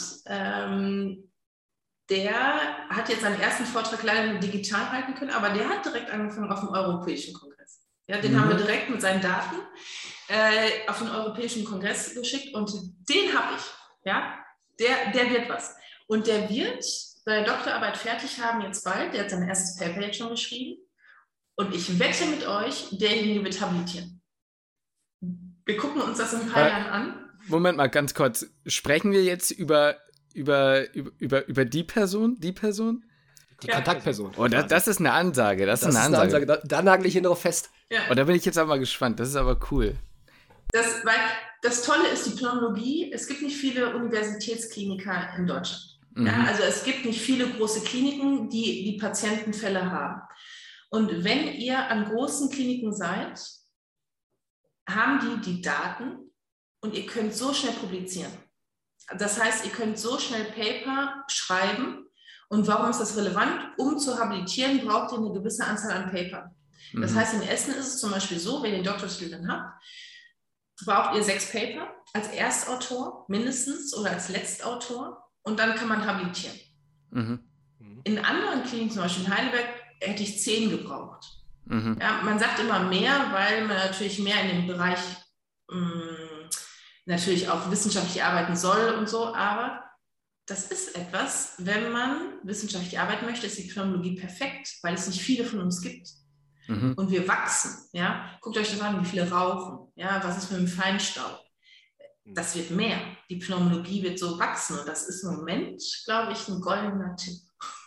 der hat jetzt seinen ersten Vortrag leider nur digital halten können, aber der hat direkt angefangen auf dem Europäischen Kongress. Ja, den haben wir direkt mit seinen Daten auf den Europäischen Kongress geschickt und den habe ich. Ja, der wird was. Und der wird seine Doktorarbeit fertig haben jetzt bald. Der hat sein erstes Paper jetzt schon geschrieben. Und ich wette mit euch, derjenige wird habilitieren. Wir gucken uns das in ein paar Jahren an. Moment mal, ganz kurz. Sprechen wir jetzt über die Person? Die Person? Die Kontaktperson. Oh, das ist eine Ansage. Das ist eine Ansage. Da nagel ich ihn drauf fest. Ja. Oh, da bin ich jetzt aber mal gespannt. Das ist aber cool. Weil das Tolle ist die Pneumologie. Es gibt nicht viele Universitätskliniker in Deutschland. Ja, also es gibt nicht viele große Kliniken, die Patientenfälle haben. Und wenn ihr an großen Kliniken seid, haben die Daten und ihr könnt so schnell publizieren. Das heißt, ihr könnt so schnell Paper schreiben. Und warum ist das relevant? Um zu habilitieren, braucht ihr eine gewisse Anzahl an Paper. Das heißt, in Essen ist es zum Beispiel so, wenn ihr den Doktortitel dann habt, braucht ihr 6 Paper als Erstautor mindestens oder als Letztautor und dann kann man habilitieren. In anderen Kliniken, zum Beispiel in Heidelberg, hätte ich 10 gebraucht. Ja, man sagt immer mehr, weil man natürlich mehr in dem Bereich natürlich auch wissenschaftlich arbeiten soll und so, aber das ist etwas, wenn man wissenschaftlich arbeiten möchte, ist die Pneumologie perfekt, weil es nicht viele von uns gibt. Und wir wachsen. Ja? Guckt euch das an, wie viele rauchen. Ja? Was ist mit dem Feinstaub? Das wird mehr. Die Pneumologie wird so wachsen und das ist im Moment, glaube ich, ein goldener Tipp.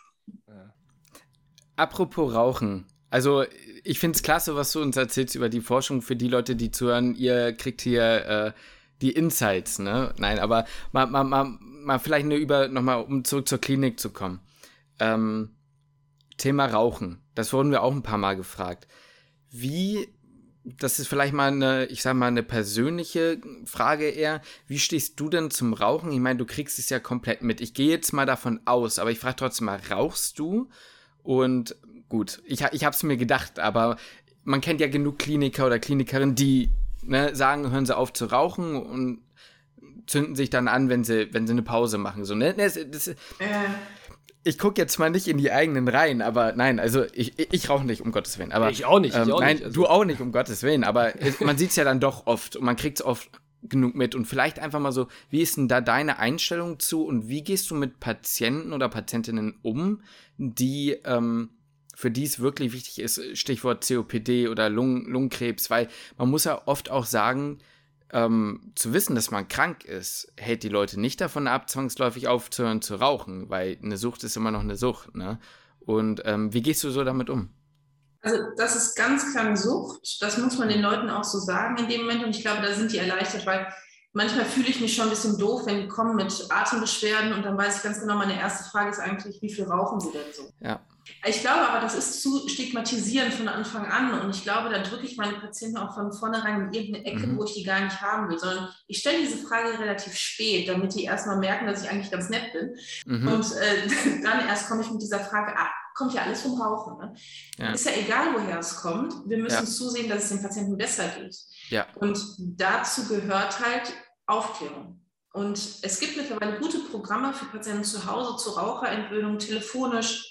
Apropos Rauchen. Also ich finde es klasse, was du uns erzählst über die Forschung für die Leute, die zuhören. Ihr kriegt hier die Insights, ne? Nein, aber mal vielleicht nochmal, um zurück zur Klinik zu kommen. Thema Rauchen. Das wurden wir auch ein paar Mal gefragt. Das ist vielleicht mal eine persönliche Frage eher. Wie stehst du denn zum Rauchen? Ich meine, du kriegst es ja komplett mit. Ich gehe jetzt mal davon aus, aber ich frage trotzdem mal, rauchst du? Und gut, ich hab's mir gedacht, aber man kennt ja genug Kliniker oder Klinikerinnen, die sagen, hören sie auf zu rauchen und zünden sich dann an, wenn sie eine Pause machen. So, ne? Ich gucke jetzt mal nicht in die eigenen Reihen, aber nein, also ich rauche nicht, um Gottes Willen. Aber, ich auch nicht. Nein, also. du auch nicht, um Gottes Willen. Aber man sieht es ja dann doch oft und man kriegt es oft genug mit. Und vielleicht einfach mal so, wie ist denn da deine Einstellung zu und wie gehst du mit Patienten oder Patientinnen um, die für die es wirklich wichtig ist, Stichwort COPD oder Lungenkrebs, weil man muss ja oft auch sagen, zu wissen, dass man krank ist, hält die Leute nicht davon ab, zwangsläufig aufzuhören zu rauchen, weil eine Sucht ist immer noch eine Sucht, ne? Und wie gehst du so damit um? Also das ist ganz klar eine Sucht. Das muss man den Leuten auch so sagen in dem Moment. Und ich glaube, da sind die erleichtert, weil manchmal fühle ich mich schon ein bisschen doof, wenn die kommen mit Atembeschwerden und dann weiß ich ganz genau, meine erste Frage ist eigentlich, wie viel rauchen sie denn so? Ja. Ich glaube aber, das ist zu stigmatisierend von Anfang an und ich glaube, da drücke ich meine Patienten auch von vornherein in irgendeine Ecke, wo ich die gar nicht haben will, sondern ich stelle diese Frage relativ spät, damit die erstmal merken, dass ich eigentlich ganz nett bin und dann erst komme ich mit dieser Frage, kommt ja alles vom Rauchen. Ne? Ja. Ist ja egal, woher es kommt, wir müssen zusehen, dass es dem Patienten besser geht. Ja. Und dazu gehört halt Aufklärung. Und es gibt mittlerweile gute Programme für Patienten zu Hause zur Raucherentwöhnung, telefonisch,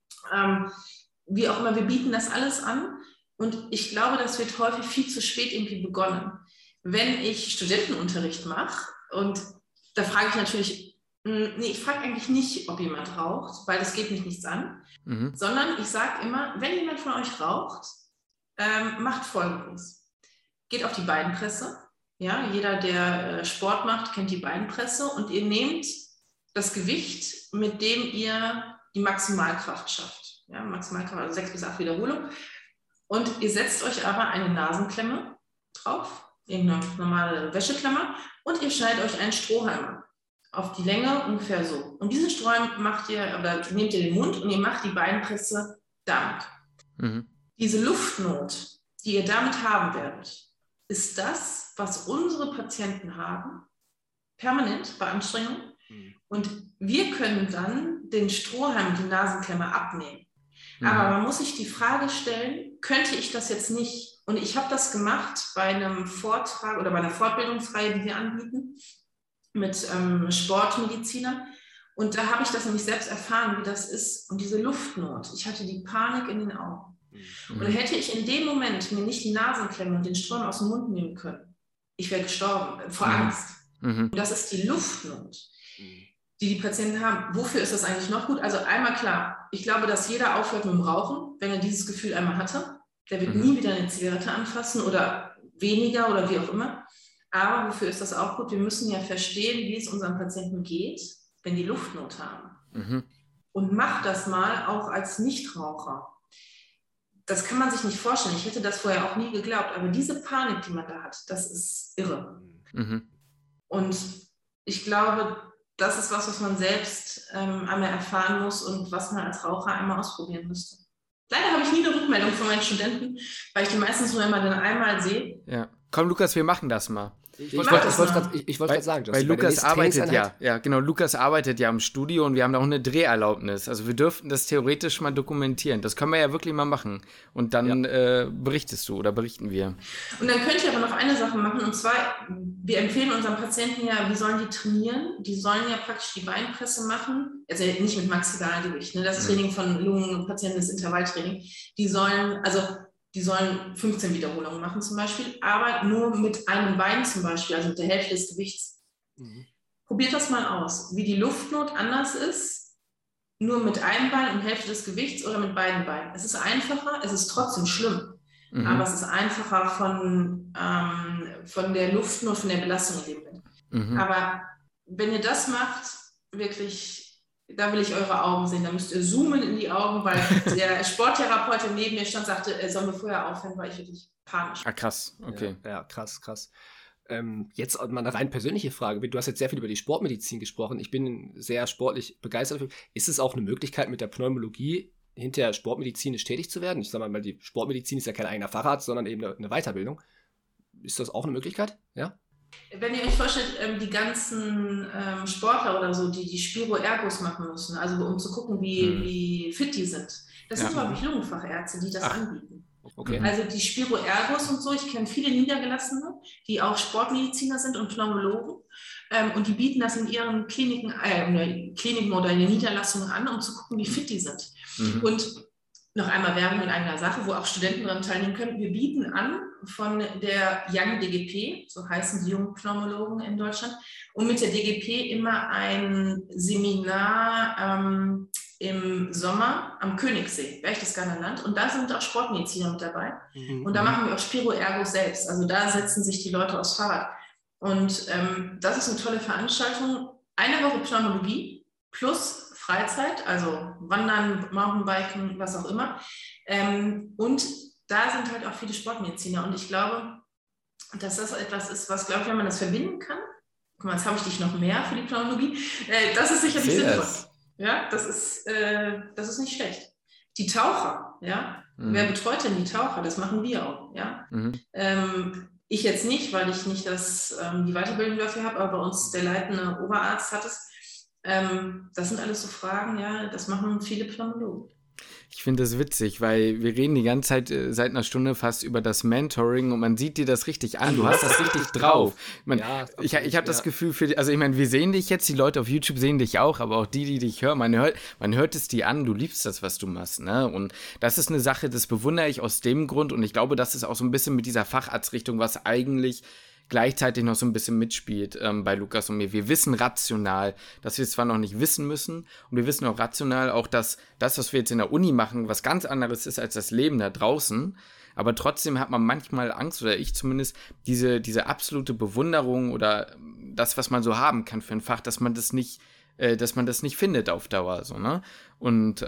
wie auch immer, wir bieten das alles an und ich glaube, das wird häufig viel zu spät irgendwie begonnen. Wenn ich Studentenunterricht mache und da frage ich natürlich, ich frage eigentlich nicht, ob jemand raucht, weil das geht mich nichts an, sondern ich sage immer, wenn jemand von euch raucht, macht Folgendes. Geht auf die Beinpresse, ja, jeder, der Sport macht, kennt die Beinpresse und ihr nehmt das Gewicht, mit dem ihr die Maximalkraft schafft. Ja, Maximalkraft, also 6 bis 8 Wiederholungen. Und ihr setzt euch aber eine Nasenklemme drauf, irgendeine normale Wäscheklammer, und ihr schneidet euch einen Strohhalm an. Auf die Länge ungefähr so. Und diesen Strohhalm nehmt ihr den Mund und ihr macht die Beinpresse damit. Diese Luftnot, die ihr damit haben werdet, ist das, was unsere Patienten haben, permanent bei Anstrengung. Und wir können dann den Strohhalm, die Nasenklemme abnehmen. Aber man muss sich die Frage stellen, könnte ich das jetzt nicht? Und ich habe das gemacht bei einem Vortrag oder bei einer Fortbildungsreihe, die wir anbieten, mit Sportmedizinern. Und da habe ich das nämlich selbst erfahren, wie das ist. Und diese Luftnot, ich hatte die Panik in den Augen. Und hätte ich in dem Moment mir nicht die Nasenklemme und den Strohhalm aus dem Mund nehmen können, ich wäre gestorben vor Angst. Und das ist die Luftnot, die Patienten haben. Wofür ist das eigentlich noch gut? Also einmal klar, ich glaube, dass jeder aufhört mit dem Rauchen, wenn er dieses Gefühl einmal hatte. Der wird nie wieder eine Zigarette anfassen oder weniger oder wie auch immer. Aber wofür ist das auch gut? Wir müssen ja verstehen, wie es unseren Patienten geht, wenn die Luftnot haben. Und mach das mal auch als Nichtraucher. Das kann man sich nicht vorstellen. Ich hätte das vorher auch nie geglaubt. Aber diese Panik, die man da hat, das ist irre. Und ich glaube, das ist was man selbst einmal erfahren muss und was man als Raucher einmal ausprobieren müsste. Leider habe ich nie eine Rückmeldung von meinen Studenten, weil ich die meistens nur immer dann einmal sehe. Ja. Komm, Lukas, wir machen das mal. Ich wollte gerade sagen, weil Lukas arbeitet Lukas arbeitet ja im Studio und wir haben da auch eine Dreherlaubnis. Also wir dürften das theoretisch mal dokumentieren. Das können wir ja wirklich mal machen. Und dann berichtest du oder berichten wir. Und dann könnt ihr aber noch eine Sache machen. Und zwar, wir empfehlen unseren Patienten ja, wie sollen die trainieren? Die sollen ja praktisch die Beinpresse machen. Also nicht mit Maximalgewicht. Ne? Das Training von Lungenpatienten ist Intervalltraining. Die sollen 15 Wiederholungen machen zum Beispiel, aber nur mit einem Bein zum Beispiel, also mit der Hälfte des Gewichts. Probiert das mal aus, wie die Luftnot anders ist, nur mit einem Bein und Hälfte des Gewichts oder mit beiden Beinen. Es ist einfacher, es ist trotzdem schlimm, aber es ist einfacher von der Luftnot, von der Belastung in dem Moment. Aber wenn ihr das macht, wirklich... Da will ich eure Augen sehen. Da müsst ihr zoomen in die Augen, weil der Sporttherapeut, der neben mir stand, sagte, sollen wir vorher aufhören, weil ich wirklich panisch. Krass, okay. Ja, krass. Jetzt mal eine rein persönliche Frage. Du hast jetzt sehr viel über die Sportmedizin gesprochen. Ich bin sehr sportlich begeistert. Ist es auch eine Möglichkeit, mit der Pneumologie hinterher sportmedizinisch tätig zu werden? Ich sage mal, weil die Sportmedizin ist ja kein eigener Facharzt, sondern eben eine Weiterbildung. Ist das auch eine Möglichkeit? Ja? Wenn ihr euch vorstellt, die ganzen Sportler oder so, die Spiro-Ergos machen müssen, also um zu gucken, wie fit die sind, das sind, glaube ich, Lungenfachärzte, die das anbieten. Okay. Also die Spiro-Ergos und so, ich kenne viele Niedergelassene, die auch Sportmediziner sind und Pneumologen, und die bieten das in ihren Kliniken oder in den Niederlassungen an, um zu gucken, wie fit die sind. Und noch einmal Werbung in eigener Sache, wo auch Studenten daran teilnehmen können. Wir bieten an von der Young DGP, so heißen die jungen Pneumologen in Deutschland, und mit der DGP immer ein Seminar im Sommer am Königssee, Berchtesgadener Land. Und da sind auch Sportmediziner mit dabei. Und da machen wir auch Spiro-Ergo selbst. Also da setzen sich die Leute aufs Fahrrad. Und das ist eine tolle Veranstaltung. Eine Woche Pneumologie plus Freizeit, also Wandern, Mountainbiken, was auch immer. Und da sind halt auch viele Sportmediziner. Und ich glaube, dass das etwas ist, was, glaube ich, wenn man das verbinden kann, guck mal, jetzt habe ich dich noch mehr für die Pneumologie, das ist sicherlich sinnvoll. Ja, das ist nicht schlecht. Die Taucher, ja, wer betreut denn die Taucher? Das machen wir auch, ja. Ich jetzt nicht, weil ich nicht die Weiterbildung dafür habe, aber bei uns der leitende Oberarzt hat es. Das sind alles so Fragen, ja, das machen viele Pneumologen. Ich finde das witzig, weil wir reden die ganze Zeit seit einer Stunde fast über das Mentoring und man sieht dir das richtig an. Du hast das richtig drauf. Ich habe das Gefühl, also ich meine, wir sehen dich jetzt, die Leute auf YouTube sehen dich auch, aber auch die dich hören, man hört es dir an, du liebst das, was du machst, ne? Und das ist eine Sache, das bewundere ich aus dem Grund und ich glaube, das ist auch so ein bisschen mit dieser Facharztrichtung, was eigentlich gleichzeitig noch so ein bisschen mitspielt bei Lukas und mir. Wir wissen rational, dass wir es zwar noch nicht wissen müssen und wir wissen auch rational auch, dass das, was wir jetzt in der Uni machen, was ganz anderes ist als das Leben da draußen, aber trotzdem hat man manchmal Angst, oder ich zumindest, diese absolute Bewunderung oder das, was man so haben kann für ein Fach, dass man das nicht findet auf Dauer, so, ne? Und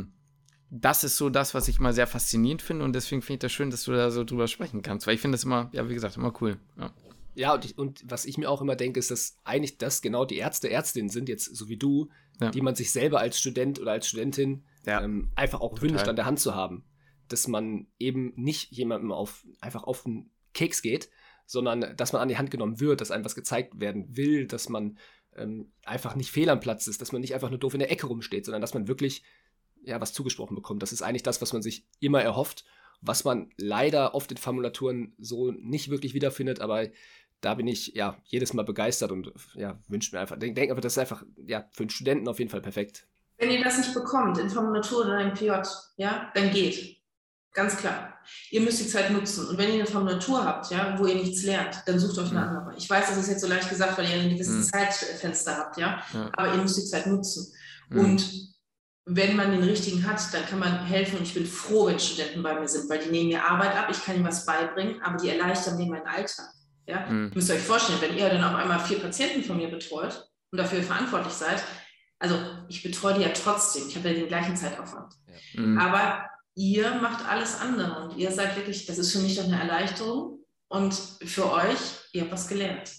das ist so das, was ich mal sehr faszinierend finde und deswegen finde ich das schön, dass du da so drüber sprechen kannst, weil ich finde das immer, ja, wie gesagt, immer cool. Ja, und was ich mir auch immer denke, ist, dass eigentlich das genau die Ärztinnen sind, jetzt so wie du, die man sich selber als Student oder als Studentin einfach auch wünscht, an der Hand zu haben. Dass man eben nicht jemandem einfach auf den Keks geht, sondern dass man an die Hand genommen wird, dass einem was gezeigt werden will, dass man einfach nicht fehl am Platz ist, dass man nicht einfach nur doof in der Ecke rumsteht, sondern dass man wirklich was zugesprochen bekommt. Das ist eigentlich das, was man sich immer erhofft, was man leider oft in Formulaturen so nicht wirklich wiederfindet, aber da bin ich jedes Mal begeistert und wünsche mir einfach, denke einfach, das ist einfach für einen Studenten auf jeden Fall perfekt. Wenn ihr das nicht bekommt, in Formulatur oder in PJ, dann geht. Ganz klar. Ihr müsst die Zeit nutzen. Und wenn ihr eine Formulatur habt, wo ihr nichts lernt, dann sucht euch eine andere. Ich weiß, das ist jetzt so leicht gesagt, weil ihr ein gewisses Zeitfenster habt, aber ihr müsst die Zeit nutzen. Und wenn man den richtigen hat, dann kann man helfen. Und ich bin froh, wenn Studenten bei mir sind, weil die nehmen mir Arbeit ab, ich kann ihnen was beibringen, aber die erleichtern mir meinen Alltag. Ja? Müsst ihr euch vorstellen, wenn ihr dann auf einmal 4 Patienten von mir betreut und dafür verantwortlich seid, also ich betreue die ja trotzdem, ich habe ja den gleichen Zeitaufwand. Aber ihr macht alles andere und ihr seid wirklich, das ist für mich doch eine Erleichterung und für euch, ihr habt was gelernt.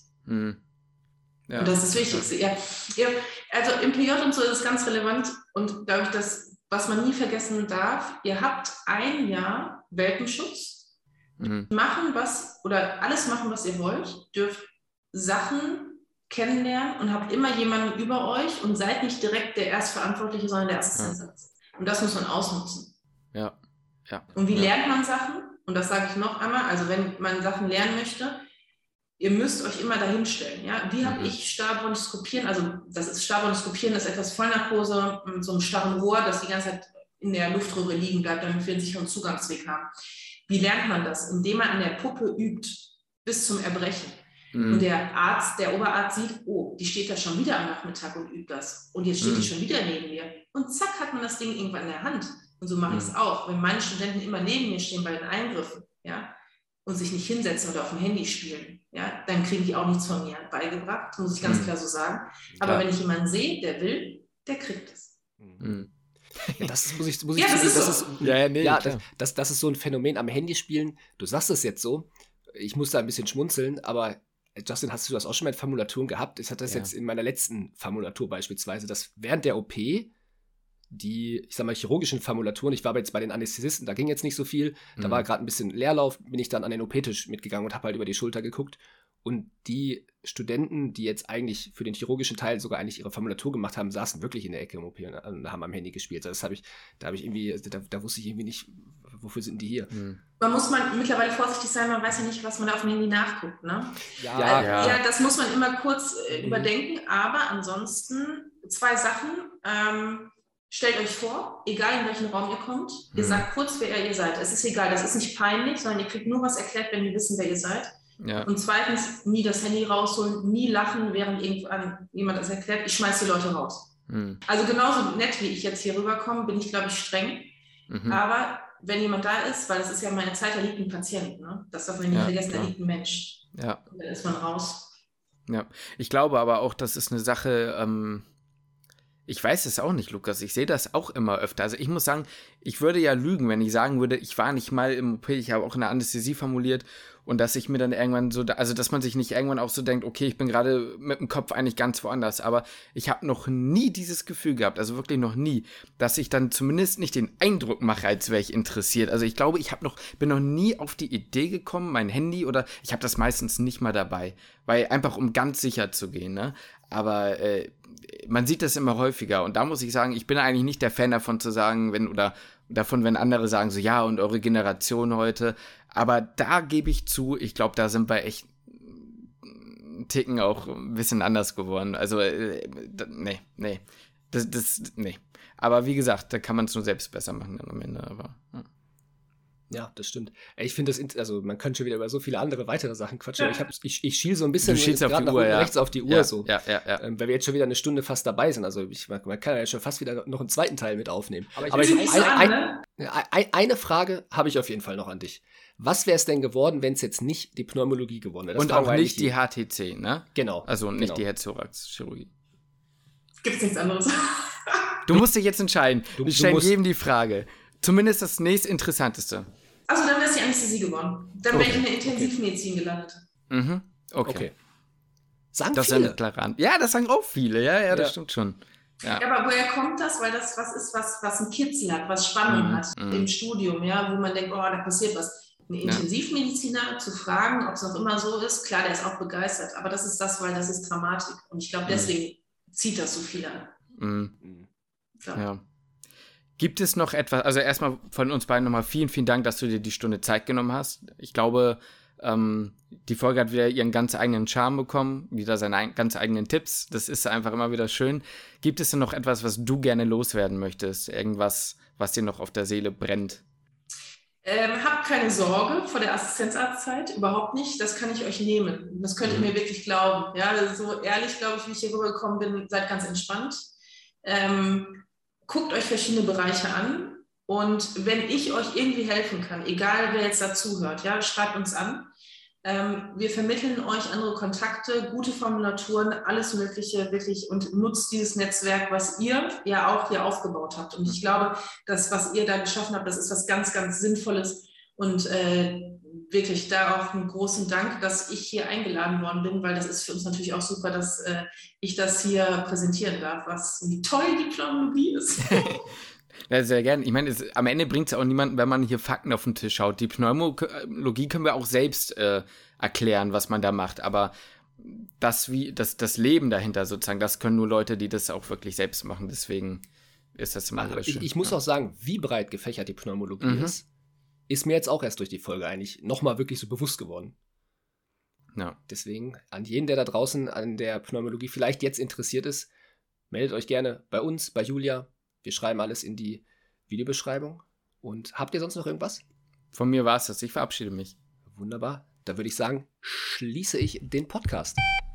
Ja, und das ist das Wichtigste. Also im PJ und so ist es ganz relevant und glaube ich, das, was man nie vergessen darf, ihr habt ein Jahr Welpenschutz, alles machen, was ihr wollt, dürft Sachen kennenlernen und habt immer jemanden über euch und seid nicht direkt der Erstverantwortliche, sondern der Assistenz. Und das muss man ausnutzen. Ja. Und wie lernt man Sachen? Und das sage ich noch einmal, also wenn man Sachen lernen möchte, ihr müsst euch immer dahin stellen. Wie habe ich Starbronchoskopieren? Also Starbronchoskopieren ist etwas Vollnarkose mit so einem starren Rohr, das die ganze Zeit in der Luftröhre liegen bleibt, damit wir einen sicheren Zugangsweg haben. Wie lernt man das? Indem man an der Puppe übt, bis zum Erbrechen. Und der Oberarzt sieht, oh, die steht da schon wieder am Nachmittag und übt das. Und jetzt steht die schon wieder neben mir. Und zack, hat man das Ding irgendwann in der Hand. Und so mache ich es auch. Wenn meine Studenten immer neben mir stehen bei den Eingriffen, und sich nicht hinsetzen oder auf dem Handy spielen, dann kriegen die auch nichts von mir beigebracht, muss ich ganz klar so sagen. Aber wenn ich jemanden sehe, der will, der kriegt es. Das muss ich das ist so ein Phänomen am Handyspielen. Du sagst es jetzt so, ich muss da ein bisschen schmunzeln, aber Justin, hast du das auch schon mal in Formulaturen gehabt? Ich hatte das jetzt in meiner letzten Formulatur beispielsweise, dass während der OP die, ich sag mal, chirurgischen Formulaturen, ich war aber jetzt bei den Anästhesisten, da ging jetzt nicht so viel, da war gerade ein bisschen Leerlauf, bin ich dann an den OP-Tisch mitgegangen und habe halt über die Schulter geguckt und die Studenten, die jetzt eigentlich für den chirurgischen Teil sogar eigentlich ihre Formulatur gemacht haben, saßen wirklich in der Ecke im OP und haben am Handy gespielt. Da wusste ich irgendwie nicht, wofür sind die hier? Man muss mittlerweile vorsichtig sein, man weiß ja nicht, was man da auf dem Handy nachguckt, ne? Ja, das muss man immer kurz überdenken, aber ansonsten 2 Sachen. Stellt euch vor, egal in welchen Raum ihr kommt, ihr sagt kurz, wer ihr seid. Es ist egal, das ist nicht peinlich, sondern ihr kriegt nur was erklärt, wenn wir wissen, wer ihr seid. Und zweitens, nie das Handy rausholen, nie lachen, während jemand das erklärt. Ich schmeiße die Leute raus. Also genauso nett, wie ich jetzt hier rüberkomme, bin ich, glaube ich, streng. Aber wenn jemand da ist, weil das ist ja meine Zeit, da liegt ein Patient, ne? Das darf man nicht vergessen, da liegt ein Mensch. Ja. Und dann ist man raus. Ja, ich glaube aber auch, das ist eine Sache, ich weiß es auch nicht, Lukas, ich sehe das auch immer öfter. Also ich muss sagen, ich würde ja lügen, wenn ich sagen würde, ich war nicht mal im OP, ich habe auch eine Anästhesie formuliert und dass ich mir dann irgendwann so, also dass man sich nicht irgendwann auch so denkt, okay, ich bin gerade mit dem Kopf eigentlich ganz woanders, aber ich habe noch nie dieses Gefühl gehabt, also wirklich noch nie, dass ich dann zumindest nicht den Eindruck mache, als wäre ich interessiert. Also ich glaube, bin noch nie auf die Idee gekommen, mein Handy oder ich habe das meistens nicht mal dabei, weil einfach um ganz sicher zu gehen, ne? Aber man sieht das immer häufiger und da muss ich sagen, ich bin eigentlich nicht der Fan davon zu sagen, wenn andere sagen so, ja, und eure Generation heute, aber da gebe ich zu, ich glaube, da sind wir echt einen Ticken auch ein bisschen anders geworden. Also, nee. Nee. Aber wie gesagt, da kann man es nur selbst besser machen dann am Ende, aber, ja. Ja, das stimmt. Ich finde also man könnte schon wieder über so viele andere weitere Sachen quatschen, aber ich schiele so ein bisschen gerade nach unten rechts auf die Uhr so. Ja. Weil wir jetzt schon wieder eine Stunde fast dabei sind. Also man kann ja schon fast wieder noch einen zweiten Teil mit aufnehmen. Aber eine Frage habe ich auf jeden Fall noch an dich. Was wäre es denn geworden, wenn es jetzt nicht die Pneumologie geworden wäre? Und auch nicht die HTC, ne? Genau. Also nicht die Herz-Thorax-Chirurgie. Gibt es nichts anderes? Du musst dich jetzt entscheiden. Du stellen jedem die Frage. Zumindest das nächstinteressanteste. Also dann wäre es die Anästhesie geworden. Dann wäre ich in der Intensivmedizin gelandet. Okay. Sagen das viele. Ist ja klar. Ja, das sagen auch viele. Ja, das stimmt schon. Ja. Aber woher kommt das? Weil das was ist, was ein Kitzel hat, was Spannung hat im Studium, ja, wo man denkt, oh, da passiert was. Ein Intensivmediziner zu fragen, ob es noch immer so ist, klar, der ist auch begeistert, aber das ist weil das ist Dramatik. Und ich glaube, deswegen zieht das so viel an. Ja. Gibt es noch etwas, also erstmal von uns beiden nochmal vielen, vielen Dank, dass du dir die Stunde Zeit genommen hast. Ich glaube, die Folge hat wieder ihren ganz eigenen Charme bekommen, wieder seine ganz eigenen Tipps. Das ist einfach immer wieder schön. Gibt es denn noch etwas, was du gerne loswerden möchtest? Irgendwas, was dir noch auf der Seele brennt? Habt keine Sorge vor der Assistenzarztzeit, überhaupt nicht. Das kann ich euch nehmen. Das könnt ihr mir wirklich glauben. Ja, so ehrlich, glaube ich, wie ich hier rübergekommen bin, seid ganz entspannt. Guckt euch verschiedene Bereiche an und wenn ich euch irgendwie helfen kann, egal wer jetzt dazuhört, ja, schreibt uns an. Wir vermitteln euch andere Kontakte, gute Formulaturen, alles Mögliche wirklich und nutzt dieses Netzwerk, was ihr ja auch hier aufgebaut habt. Und ich glaube, das, was ihr da geschaffen habt, das ist was ganz, ganz Sinnvolles und wirklich da auch einen großen Dank, dass ich hier eingeladen worden bin, weil das ist für uns natürlich auch super, dass ich das hier präsentieren darf, wie toll die Pneumologie ist. Ja, sehr gerne. Ich meine, am Ende bringt es auch niemanden, wenn man hier Fakten auf den Tisch schaut. Die Pneumologie können wir auch selbst erklären, was man da macht, aber das Leben dahinter sozusagen, das können nur Leute, die das auch wirklich selbst machen, deswegen ist das immer alles schön. Ich muss auch sagen, wie breit gefächert die Pneumologie ist mir jetzt auch erst durch die Folge eigentlich nochmal wirklich so bewusst geworden. Ja. Deswegen, an jeden, der da draußen an der Pneumologie vielleicht jetzt interessiert ist, meldet euch gerne bei uns, bei Julia. Wir schreiben alles in die Videobeschreibung. Und habt ihr sonst noch irgendwas? Von mir war es das. Ich verabschiede mich. Wunderbar. Da würde ich sagen, schließe ich den Podcast.